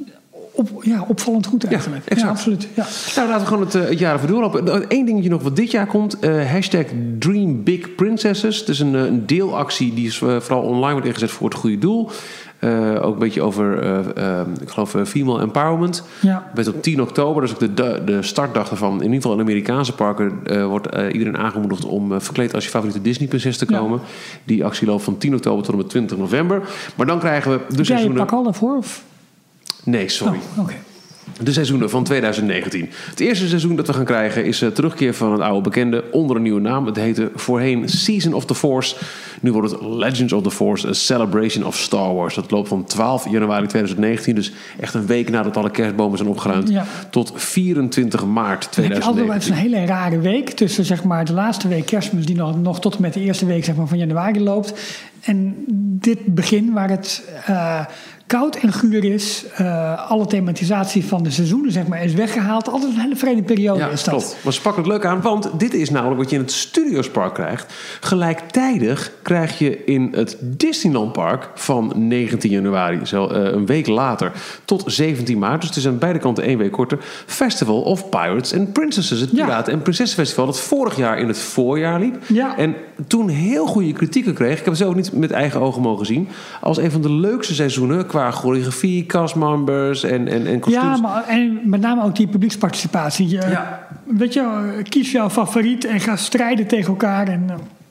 opvallend goed eigenlijk. Ja, exact. Ja, absoluut. Ja. Nou, laten we gewoon het jaar even doorlopen. Eén dingetje nog wat dit jaar komt. #Dream Big Princesses. Het is een deelactie die is vooral online wordt ingezet voor het goede doel. Ook een beetje over, ik geloof, female empowerment. Ja. Op 10 oktober, dat is ook de startdag ervan. In ieder geval in Amerikaanse parken wordt iedereen aangemoedigd om verkleed als je favoriete Disney-prinses te komen. Ja. Die actie loopt van 10 oktober tot en met 20 november. Maar dan krijgen we de seizoenen... Jij je pak al daarvoor? Of? Nee, sorry. Oh, okay. De seizoenen van 2019. Het eerste seizoen dat we gaan krijgen is terugkeer van het oude bekende onder een nieuwe naam. Het heette voorheen Season of the Force. Nu wordt het Legends of the Force, A Celebration of Star Wars. Dat loopt van 12 januari 2019, dus echt een week nadat alle kerstbomen zijn opgeruimd, tot 24 maart 2019. Het is een hele rare week tussen zeg maar, de laatste week Kerstmis die nog tot en met de eerste week zeg maar, van januari loopt. En dit begin waar het... koud en guur is. Alle thematisatie van de seizoenen zeg maar, is weggehaald. Altijd een hele vreemde periode is dat. Klopt. Maar ze pakken het leuk aan, want dit is namelijk wat je in het Studios Park krijgt. Gelijktijdig krijg je in het Disneyland Park van 19 januari, een week later, tot 17 maart. Dus het is aan beide kanten 1 week korter. Festival of Pirates and Princesses. Het Piraten- en Prinsessenfestival dat vorig jaar in het voorjaar liep. Ja. En toen heel goede kritieken kreeg. Ik heb het zelf niet met eigen ogen mogen zien. Als een van de leukste seizoenen qua choreografie, castmembers en kostuums. Ja, maar en met name ook die publieksparticipatie. Weet je, kies jouw favoriet en ga strijden tegen elkaar. En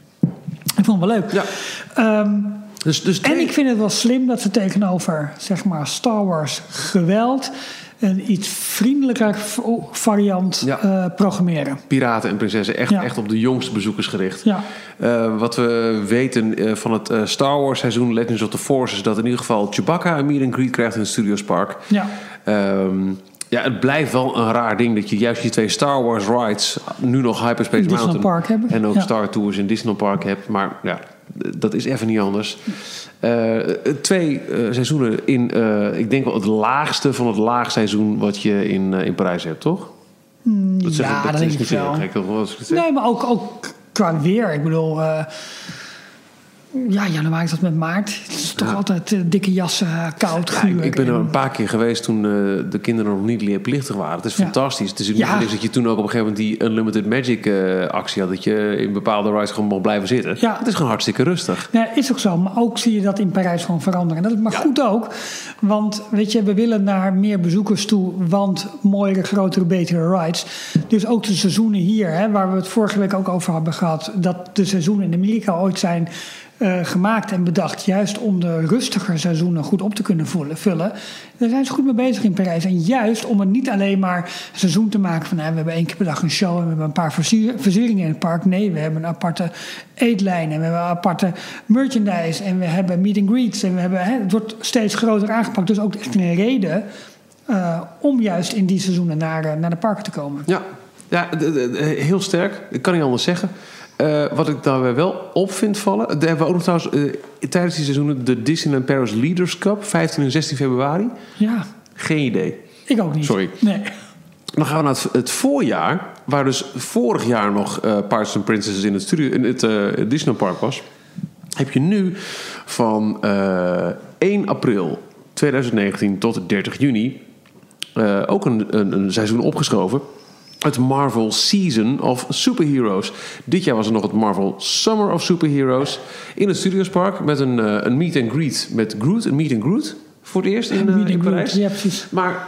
ik vond het wel leuk. Ja. En ik vind het wel slim dat ze tegenover zeg maar, Star Wars geweld een iets vriendelijker variant programmeren. Piraten en prinsessen, echt op de jongste bezoekers gericht. Ja. Wat we weten van het Star Wars seizoen Legends of the Force is dat in ieder geval Chewbacca een meet and greet krijgt in het Studios Park. Ja. Het blijft wel een raar ding dat je juist die 2 Star Wars rides nu nog Hyperspace Mountain Park hebben. En ook Star Tours in Disneyland Park hebt. Maar ja, dat is even niet anders. 2 seizoenen in, ik denk wel het laagste van het laagseizoen wat je in Parijs hebt, toch? Dat denk ik wel. Nee, maar ook qua weer. Ik bedoel, Ja, januari tot met maart. Het is toch altijd dikke jassen, koud, guur. Ik ben er een paar keer geweest toen de kinderen nog niet leerplichtig waren. Het is fantastisch. Het is niet voor niks dat je toen ook op een gegeven moment die Unlimited Magic actie had. Dat je in bepaalde rides gewoon mocht blijven zitten. Ja. Het is gewoon hartstikke rustig. Ja, is ook zo. Maar ook zie je dat in Parijs gewoon veranderen. En dat is maar goed ook. Want weet je, we willen naar meer bezoekers toe. Want mooiere, grotere, betere rides. Dus ook de seizoenen hier, hè, waar we het vorige week ook over hebben gehad. Dat de seizoenen in Amerika ooit zijn gemaakt en bedacht, juist om de rustiger seizoenen goed op te kunnen vullen. Daar zijn ze goed mee bezig in Parijs. En juist om het niet alleen maar een seizoen te maken van we hebben 1 keer per dag een show en we hebben een paar versieringen in het park. Nee, we hebben een aparte eetlijn en we hebben een aparte merchandise en we hebben meet and greets en we hebben, het wordt steeds groter aangepakt. Dus ook echt een reden om juist in die seizoenen naar de parken te komen. Ja, heel sterk. Ik kan niet anders zeggen. Wat ik daar wel op vind vallen. Daar hebben we ook nog trouwens tijdens die seizoenen de Disneyland Paris Leaders Cup, 15 en 16 februari. Ja. Geen idee. Ik ook niet. Sorry. Nee. Dan gaan we naar het voorjaar, waar dus vorig jaar nog Pirates and Princesses in het Disneyland Park was. Heb je nu van 1 april 2019 tot 30 juni ook een seizoen opgeschoven. Het Marvel Season of Superheroes. Dit jaar was er nog het Marvel Summer of Superheroes in het Studiospark met een meet and greet met Groot, een meet and Groot voor het eerst in Parijs. Ja, precies. Maar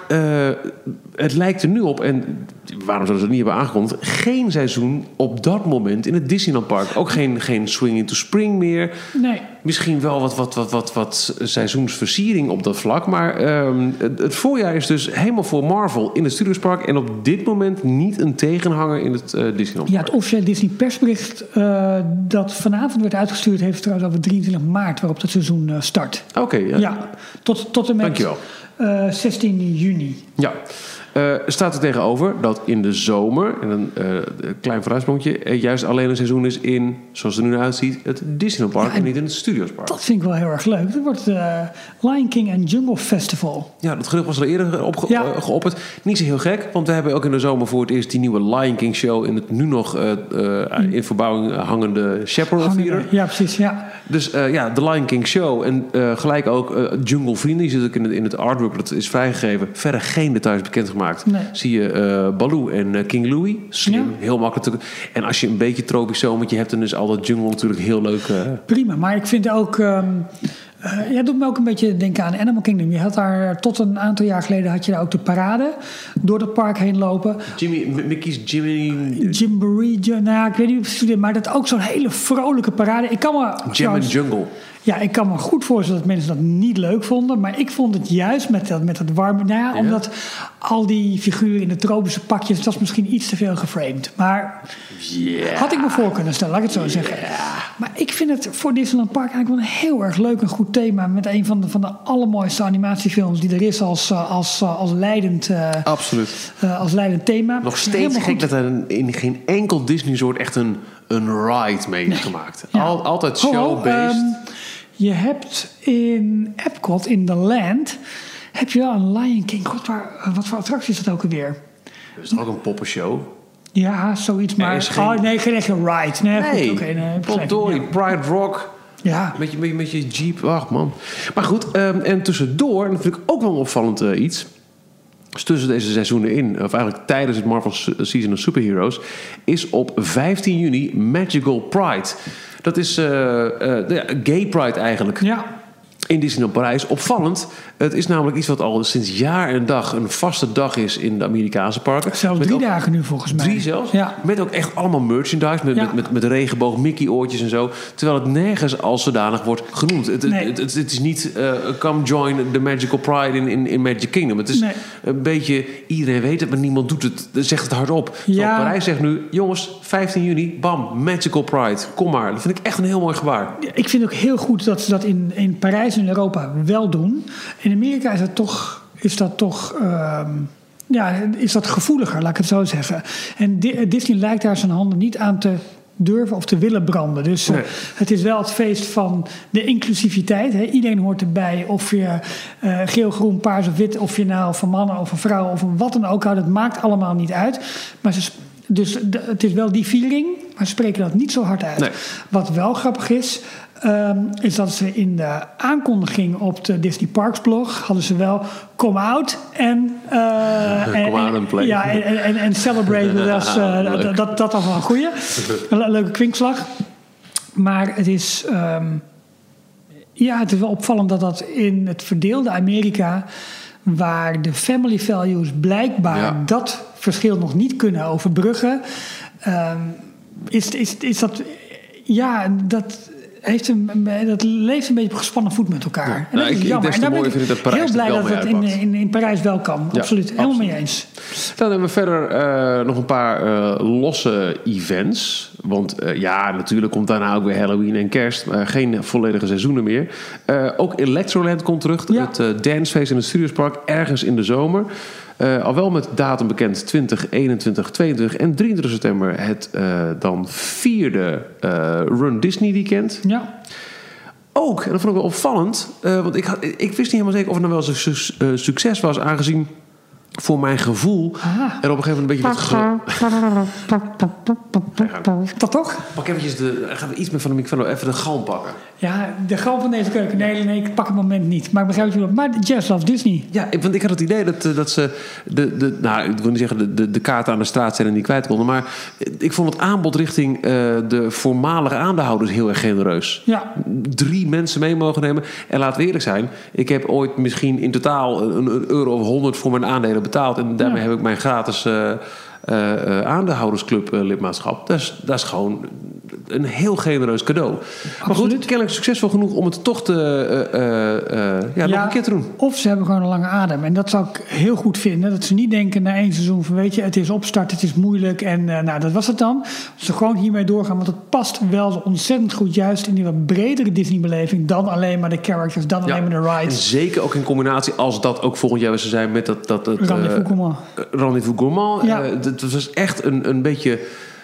het lijkt er nu op, en waarom zouden ze het niet hebben aangekondigd, geen seizoen op dat moment in het Disneyland Park. Ook geen Swing into Spring meer. Nee. Misschien wel wat seizoensversiering op dat vlak. Maar het voorjaar is dus helemaal voor Marvel in het Studiospark. En op dit moment niet een tegenhanger in het Disneyland Park. Ja, het officiële Disney persbericht dat vanavond werd uitgestuurd heeft trouwens over 23 maart waarop het seizoen start. Oké. Ja, tot en met 16 juni. Ja. Staat er tegenover dat in de zomer, en een klein vooruitsprongje, juist alleen een seizoen is in, zoals het er nu uitziet, het Disneyland Park en niet in het Studiospark. Dat vind ik wel heel erg leuk. Dat wordt Lion King and Jungle Festival. Ja, dat gerucht was er eerder geopperd. Niet zo heel gek, want we hebben ook in de zomer voor het eerst die nieuwe Lion King show in het nu nog in verbouwing hangende Chaparral Theater. Ja, precies, ja. Dus de Lion King show en gelijk ook Jungle Vrienden, die zit ook in het artwork dat is vrijgegeven. Verder geen details bekendgemaakt. Nee. Zie je Baloo en King Louie. Slim, heel makkelijk. En als je een beetje tropisch zomertje hebt, dan is al dat jungle natuurlijk heel leuk. Prima, maar ik vind ook... het doet me ook een beetje denken aan Animal Kingdom. Je had daar tot een aantal jaar geleden had je daar ook de parade door het park heen lopen. Mickey's Jamboree. Nou, ik weet niet precies, maar dat ook zo'n hele vrolijke parade. Jam and Jungle. Ja, ik kan me goed voorstellen dat mensen dat niet leuk vonden. Maar ik vond het juist met dat warme... Nou ja, omdat al die figuren in de tropische pakjes... dat is misschien iets te veel geframed. Maar had ik me voor kunnen stellen, laat ik het zo zeggen. Maar ik vind het voor Disneyland Park eigenlijk wel een heel erg leuk en goed thema... met een van de allermooiste animatiefilms die er is als leidend... Absoluut. Als leidend thema. Nog steeds gek dat er in geen enkel Disney-soort echt een ride mee is gemaakt. Ja. Altijd show-based... je hebt in Epcot, in The Land, heb je wel een Lion King. God, wat voor attractie is dat ook alweer? Is het ook een poppenshow? Ja, zoiets. Maar geen echte ride. Nee. Potdorie, Pride Rock. Ja. Met je Jeep. Ach man. Maar goed, en tussendoor, en dat vind ik ook wel een opvallend iets... Dus tussen deze seizoenen in, of eigenlijk tijdens het Marvel Season of Superheroes... is op 15 juni Magical Pride. Dat is Gay Pride eigenlijk. Ja. In Disneyland Parijs. Opvallend. Het is namelijk iets wat al sinds jaar en dag een vaste dag is in de Amerikaanse parken. Zelfs 3 dagen nu volgens mij. 3 zelfs? Ja. Met ook echt allemaal merchandise. Met regenboog, Mickey oortjes en zo. Terwijl het nergens als zodanig wordt genoemd. Het is niet come join the Magical Pride in Magic Kingdom. Het is een beetje, iedereen weet het, maar niemand doet het. Zegt het hardop. Ja. Parijs zegt nu, jongens, 15 juni, bam, Magical Pride. Kom maar. Dat vind ik echt een heel mooi gebaar. Ik vind ook heel goed dat ze dat in Parijs en Europa wel doen. In Amerika is dat gevoeliger, laat ik het zo zeggen. En Disney lijkt daar zijn handen niet aan te durven of te willen branden. Dus het is wel het feest van de inclusiviteit. Hè. Iedereen hoort erbij. Of je geel, groen, paars of wit... of je nou van mannen of een vrouw of wat dan ook houdt. Het maakt allemaal niet uit. Maar het is wel die viering... maar ze spreken dat niet zo hard uit. Nee. Wat wel grappig is... is dat ze in de aankondiging op de Disney Parks blog hadden ze wel come out en play. Ja, en celebrate. Dat was wel een goeie. Een leuke kwinkslag. Maar het is het is wel opvallend dat in het verdeelde Amerika, waar de family values blijkbaar dat verschil nog niet kunnen overbruggen, is dat... Ja, dat leeft een beetje op gespannen voet met elkaar. En dat is jammer. En daar ben ik heel blij dat het in Parijs wel kan. Ja, absoluut. Helemaal mee eens. Dan hebben we verder nog een paar losse events. Want natuurlijk komt daarna ook weer Halloween en Kerst. Maar geen volledige seizoenen meer. Ook Electroland komt terug. Ja. Het dancefeest in het Studiospark ergens in de zomer. Al wel met datum bekend 20, 21, 22 en 23 september het dan 4e Run Disney weekend. Ja. Ook, en dat vond ik wel opvallend, want ik wist niet helemaal zeker of het nou wel zo'n succes was, aangezien voor mijn gevoel er op een gegeven moment een beetje... Dat toch? Pak eventjes gaan we iets meer van de microfoon, even de galm pakken. Ja, de galm van deze keuken. Nee, ik pak het moment niet. Maar ik begrijp het wel. Maar Jazz Loves Disney. Ja, want ik had het idee dat ze ik wil niet zeggen de kaarten aan de straat zijn en die kwijt konden, maar ik vond het aanbod richting de voormalige aandeelhouders heel erg genereus. Ja. 3 mensen mee mogen nemen. En laten we eerlijk zijn, ik heb ooit misschien in totaal een euro of 100 voor mijn aandelen betaald. En daarmee heb ik mijn gratis aandeelhoudersclub lidmaatschap. Dat is gewoon een heel genereus cadeau. Absoluut. Maar goed, kennelijk succesvol genoeg om het toch nog een keer te doen. Of ze hebben gewoon een lange adem. En dat zou ik heel goed vinden. Dat ze niet denken na 1 seizoen van weet je, het is opstart, het is moeilijk. En dat was het dan. Ze gewoon hiermee doorgaan. Want het past wel zo ontzettend goed juist in die wat bredere Disney-beleving dan alleen maar de characters, dan alleen maar de rides. En zeker ook in combinatie als dat ook volgend jaar zou zijn met dat Rendezvous Gourmand. Rendezvous Gourmand. Ja. Het was echt een beetje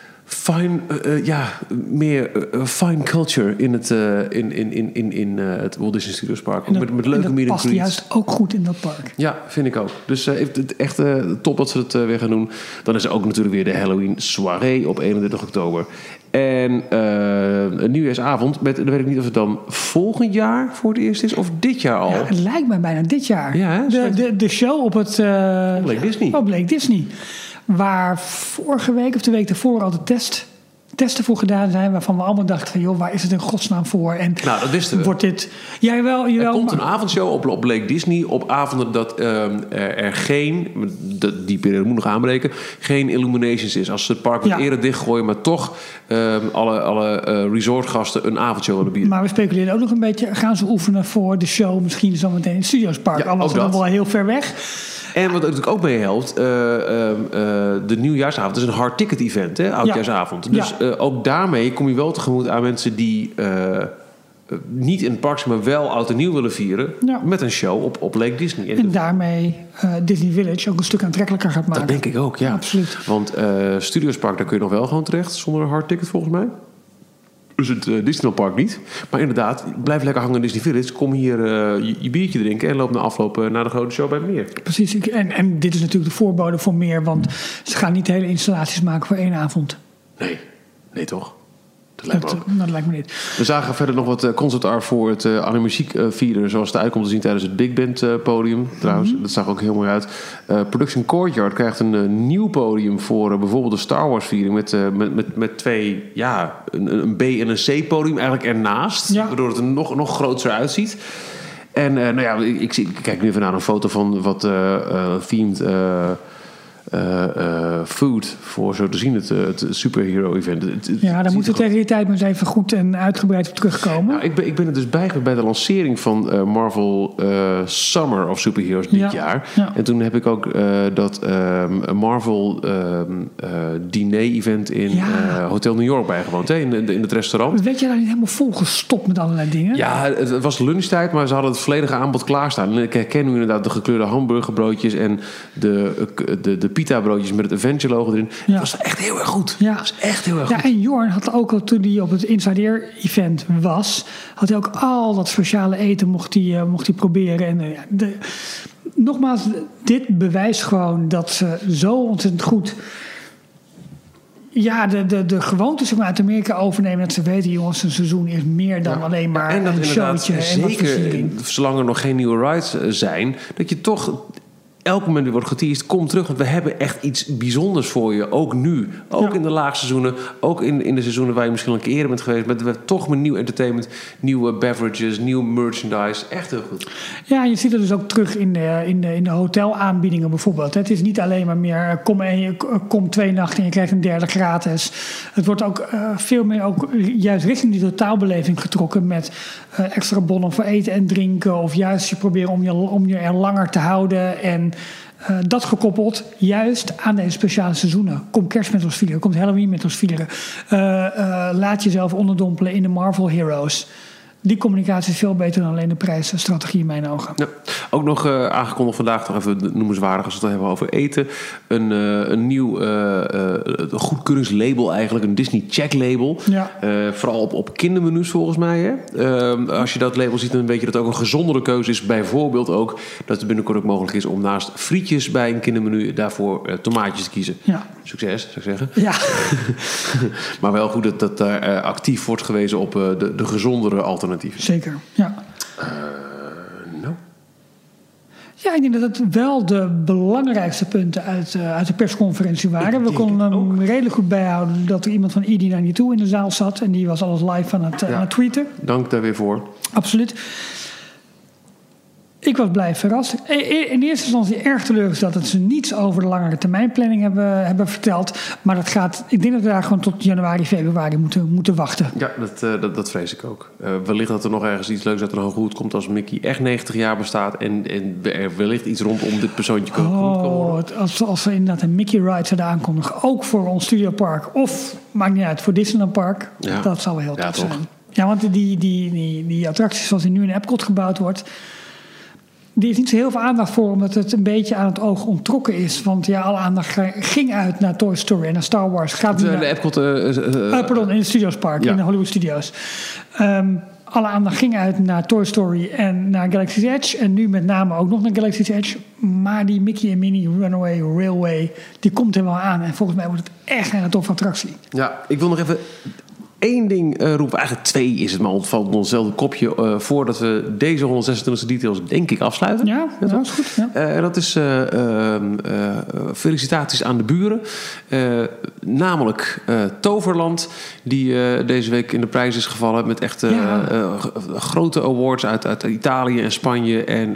meer fine culture in het het Walt Disney Studios Park. Met leuke meet and greets. Dat past juist ook goed in dat park. Ja, vind ik ook. Dus echt top dat ze het weer gaan doen. Dan is er ook natuurlijk weer de Halloween soirée op 31 oktober. En een nieuwjaarsavond. Dan weet ik niet of het dan volgend jaar voor het eerst is of dit jaar al. Ja, het lijkt mij bijna dit jaar. Ja, de show op het... Lake Disney. Op Lake Disney. Waar vorige week of de week daarvoor al de testen voor gedaan zijn, waarvan we allemaal dachten van, joh, waar is het in godsnaam voor? En dat wisten we. Wordt dit... Jawel, er komt een avondshow op Lake Disney op avonden dat er geen, die periode moet nog aanbreken, geen illuminations is. Als ze het park wat eerder dichtgooien, maar toch alle resortgasten een avondshow willen bieden. Maar we speculeren ook nog een beetje, gaan ze oefenen voor de show misschien zometeen in het Studiospark? Al was het dan wel heel ver weg. En wat natuurlijk ook mee helpt, de nieuwjaarsavond is een hard ticket event, hè, oudjaarsavond. Ja. Dus ook daarmee kom je wel tegemoet aan mensen die niet in het park zijn, maar wel oud en nieuw willen vieren met een show op Lake Disney. En daarmee Disney Village ook een stuk aantrekkelijker gaat maken. Dat denk ik ook, ja. Absoluut. Want Studiospark, daar kun je nog wel gewoon terecht zonder een hard ticket volgens mij. Dus het Disneyland Park niet. Maar inderdaad, blijf lekker hangen in Disney Village. Kom hier je biertje drinken en loop na afloop naar de grote show bij Meer. Precies. En dit is natuurlijk de voorbode voor meer. Want ze gaan niet de hele installaties maken voor 1 avond. Nee toch? Dat lijkt me niet. We zagen verder nog wat concept art voor het animamuziek vieren, zoals het uitkomt te zien tijdens het Big Band podium. Trouwens, dat zag ook heel mooi uit. Production Courtyard krijgt een nieuw podium voor bijvoorbeeld de Star Wars viering met 2, een B en een C podium eigenlijk ernaast, waardoor het er nog groter uitziet. En ik kijk nu even naar een foto van wat themed food voor zo te zien het superhero event. Daar moeten we tegen die tijd maar eens even goed en uitgebreid op terugkomen. Nou, ik ben er dus bij de lancering van Marvel Summer of Superheroes dit jaar. Ja. En toen heb ik ook dat Marvel diner event in Hotel New York bijgewoond. Hè, in het restaurant. Weet je daar niet helemaal volgestopt met allerlei dingen? Ja, het was lunchtijd, maar ze hadden het volledige aanbod klaarstaan. En ik herken nu inderdaad de gekleurde hamburgerbroodjes en de pita-broodjes met het Avenger-logo erin. Dat was echt heel erg goed. Ja. Dat was echt heel erg goed. Ja, en Jorn had ook al, toen hij op het Inside Air-event was, had hij ook al dat speciale eten mocht hij proberen. En nogmaals, dit bewijst gewoon dat ze zo ontzettend goed Ja, de gewoontes zeg maar, uit Amerika overnemen. Dat ze weten, jongens, een seizoen is meer dan alleen maar en dat een showtje. En wat versiering. Zolang er nog geen nieuwe rides zijn, dat je toch elk moment die wordt geteased, kom terug. Want we hebben echt iets bijzonders voor je. Ook nu. Ook in de laagseizoenen. Ook in de seizoenen waar je misschien al een keer eerder bent geweest. Maar we hebben toch met nieuw entertainment, nieuwe beverages, nieuw merchandise. Echt heel goed. Ja, je ziet het dus ook terug in de hotelaanbiedingen bijvoorbeeld. Het is niet alleen maar meer kom 2 nachten en je krijgt een derde gratis. Het wordt ook veel meer ook juist richting die totaalbeleving getrokken met extra bonnen voor eten en drinken. Of juist je proberen om je er langer te houden. En dat gekoppeld juist aan deze speciale seizoenen. Kom kerst met ons vieren, komt Halloween met ons vieren. Laat jezelf onderdompelen in de Marvel Heroes. Die communicatie is veel beter dan alleen de prijsstrategie in mijn ogen. Ja, ook nog aangekondigd vandaag, nog even noemenswaardig als we het hebben over eten. Een nieuw goedkeuringslabel eigenlijk, een Disney Check label. Ja. Vooral op kindermenu's volgens mij. Hè? Als je dat label ziet, dan weet je dat ook een gezondere keuze is. Bijvoorbeeld ook dat het binnenkort ook mogelijk is om naast frietjes bij een kindermenu daarvoor tomaatjes te kiezen. Ja. Succes, zou ik zeggen. Ja. Maar wel goed dat daar actief wordt gewezen op de gezondere alternatieven. Zeker, ja. Ja, ik denk dat het wel de belangrijkste punten uit de persconferentie waren. We konden hem redelijk goed bijhouden dat er iemand van ED92 in de zaal zat. En die was alles live aan het tweeten. Dank daar weer voor. Absoluut. Ik was blij verrast. In eerste instantie erg teleurgesteld dat ze niets over de langere termijnplanning hebben verteld. Maar ik denk dat we daar gewoon tot januari, februari moeten wachten. Ja, dat vrees ik ook. Wellicht dat er nog ergens iets leuks uit een hoge hoed komt als Mickey echt 90 jaar bestaat. En er wellicht iets rondom dit persoontje komt worden. Als we inderdaad een Mickey Ride zouden aankondigen. Ook voor ons studiopark. Of, maakt niet uit, voor Disneyland Park. Ja. Dat zou wel heel tof zijn. Ja, want die attracties zoals die nu in Epcot gebouwd wordt. Die heeft niet zo heel veel aandacht voor, omdat het een beetje aan het oog onttrokken is. Want ja, alle aandacht ging uit naar Toy Story en naar Star Wars. Gaat de Epcot... in het Studiospark, in de Hollywood Studios. Alle aandacht ging uit naar Toy Story en naar Galaxy's Edge. En nu met name ook nog naar Galaxy's Edge. Maar die Mickey en Minnie Runaway Railway, die komt er wel aan. En volgens mij wordt het echt een toffe attractie. Ja, ik wil nog even... 1 ding roepen, eigenlijk 2 is het, maar van onszelfde kopje voordat we deze 126e details denk ik afsluiten. Ja, dat is goed. Ja. En dat is felicitaties aan de buren. Namelijk Toverland, die deze week in de prijs is gevallen met echt grote awards uit Italië en Spanje. En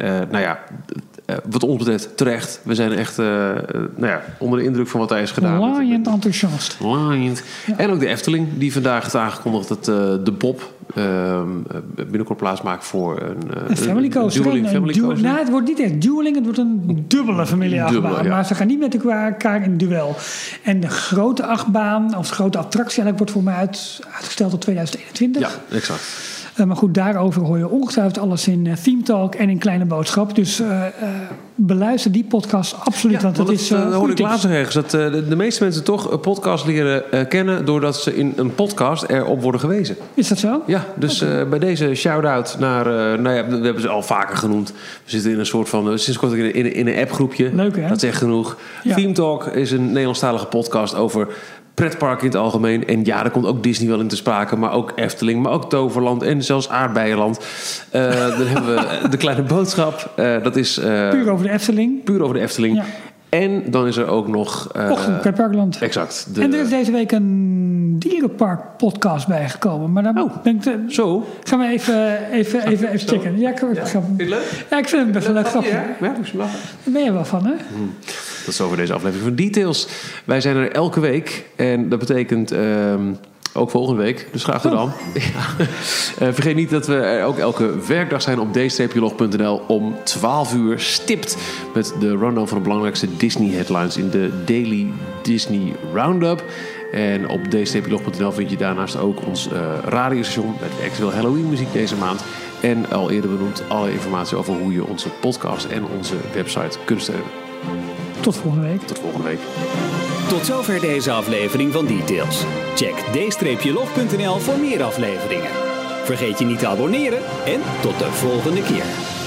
wat ons betreft terecht. We zijn echt onder de indruk van wat hij is gedaan. Laaiend enthousiast. Laaiend. Ja. En ook de Efteling, die vandaag heeft aangekondigd dat de Bob binnenkort plaats maakt voor een family coaster. Het wordt niet echt dueling, het wordt een dubbele familieachtbaan. Ja. Maar ze gaan niet met elkaar in duel. En de grote achtbaan, of de grote attractie, wordt voor mij uitgesteld tot 2021. Ja, exact. Maar goed, daarover hoor je ongetwijfeld alles in Theme Talk en in Kleine Boodschap. Dus beluister die podcast absoluut. Ja, want dat hoor ik laatst ergens. Dat de meeste mensen toch een podcast leren kennen doordat ze in een podcast erop worden gewezen. Is dat zo? Ja, dus bij deze shout-out naar... we hebben ze al vaker genoemd. We zitten in een soort van... sinds kort in een appgroepje. Leuk, hè? Dat is echt genoeg. Ja. Theme Talk is een Nederlandstalige podcast over... pretpark in het algemeen. En ja, daar komt ook Disney wel in te sprake. Maar ook Efteling, maar ook Toverland en zelfs Aardbeienland. Dan hebben we de Kleine Boodschap. Dat is... puur over de Efteling. Puur over de Efteling. Ja. En dan is er ook nog... Pretparkland. Exact. En er is deze week een dierenpark podcast bijgekomen. Maar daar zo. Gaan we even checken. Ja, vind je het leuk? Ja, ik vind het best wel leuk grapje. Ja, moest je lachen. Daar ben je wel van, hè? Dat is over deze aflevering van Details. Wij zijn er elke week. En dat betekent ook volgende week. Dus graag tot dan. Ja. Vergeet niet dat we er ook elke werkdag zijn op d-log.nl om 12 uur stipt. Met de rundown van de belangrijkste Disney headlines in de Daily Disney Roundup. En op d-log.nl vind je daarnaast ook ons radiostation met actueel Halloween muziek deze maand. En al eerder benoemd alle informatie over hoe je onze podcast en onze website kunt steunen. Tot volgende week. Tot volgende week. Tot zover deze aflevering van Details. Check d-log.nl voor meer afleveringen. Vergeet je niet te abonneren en tot de volgende keer.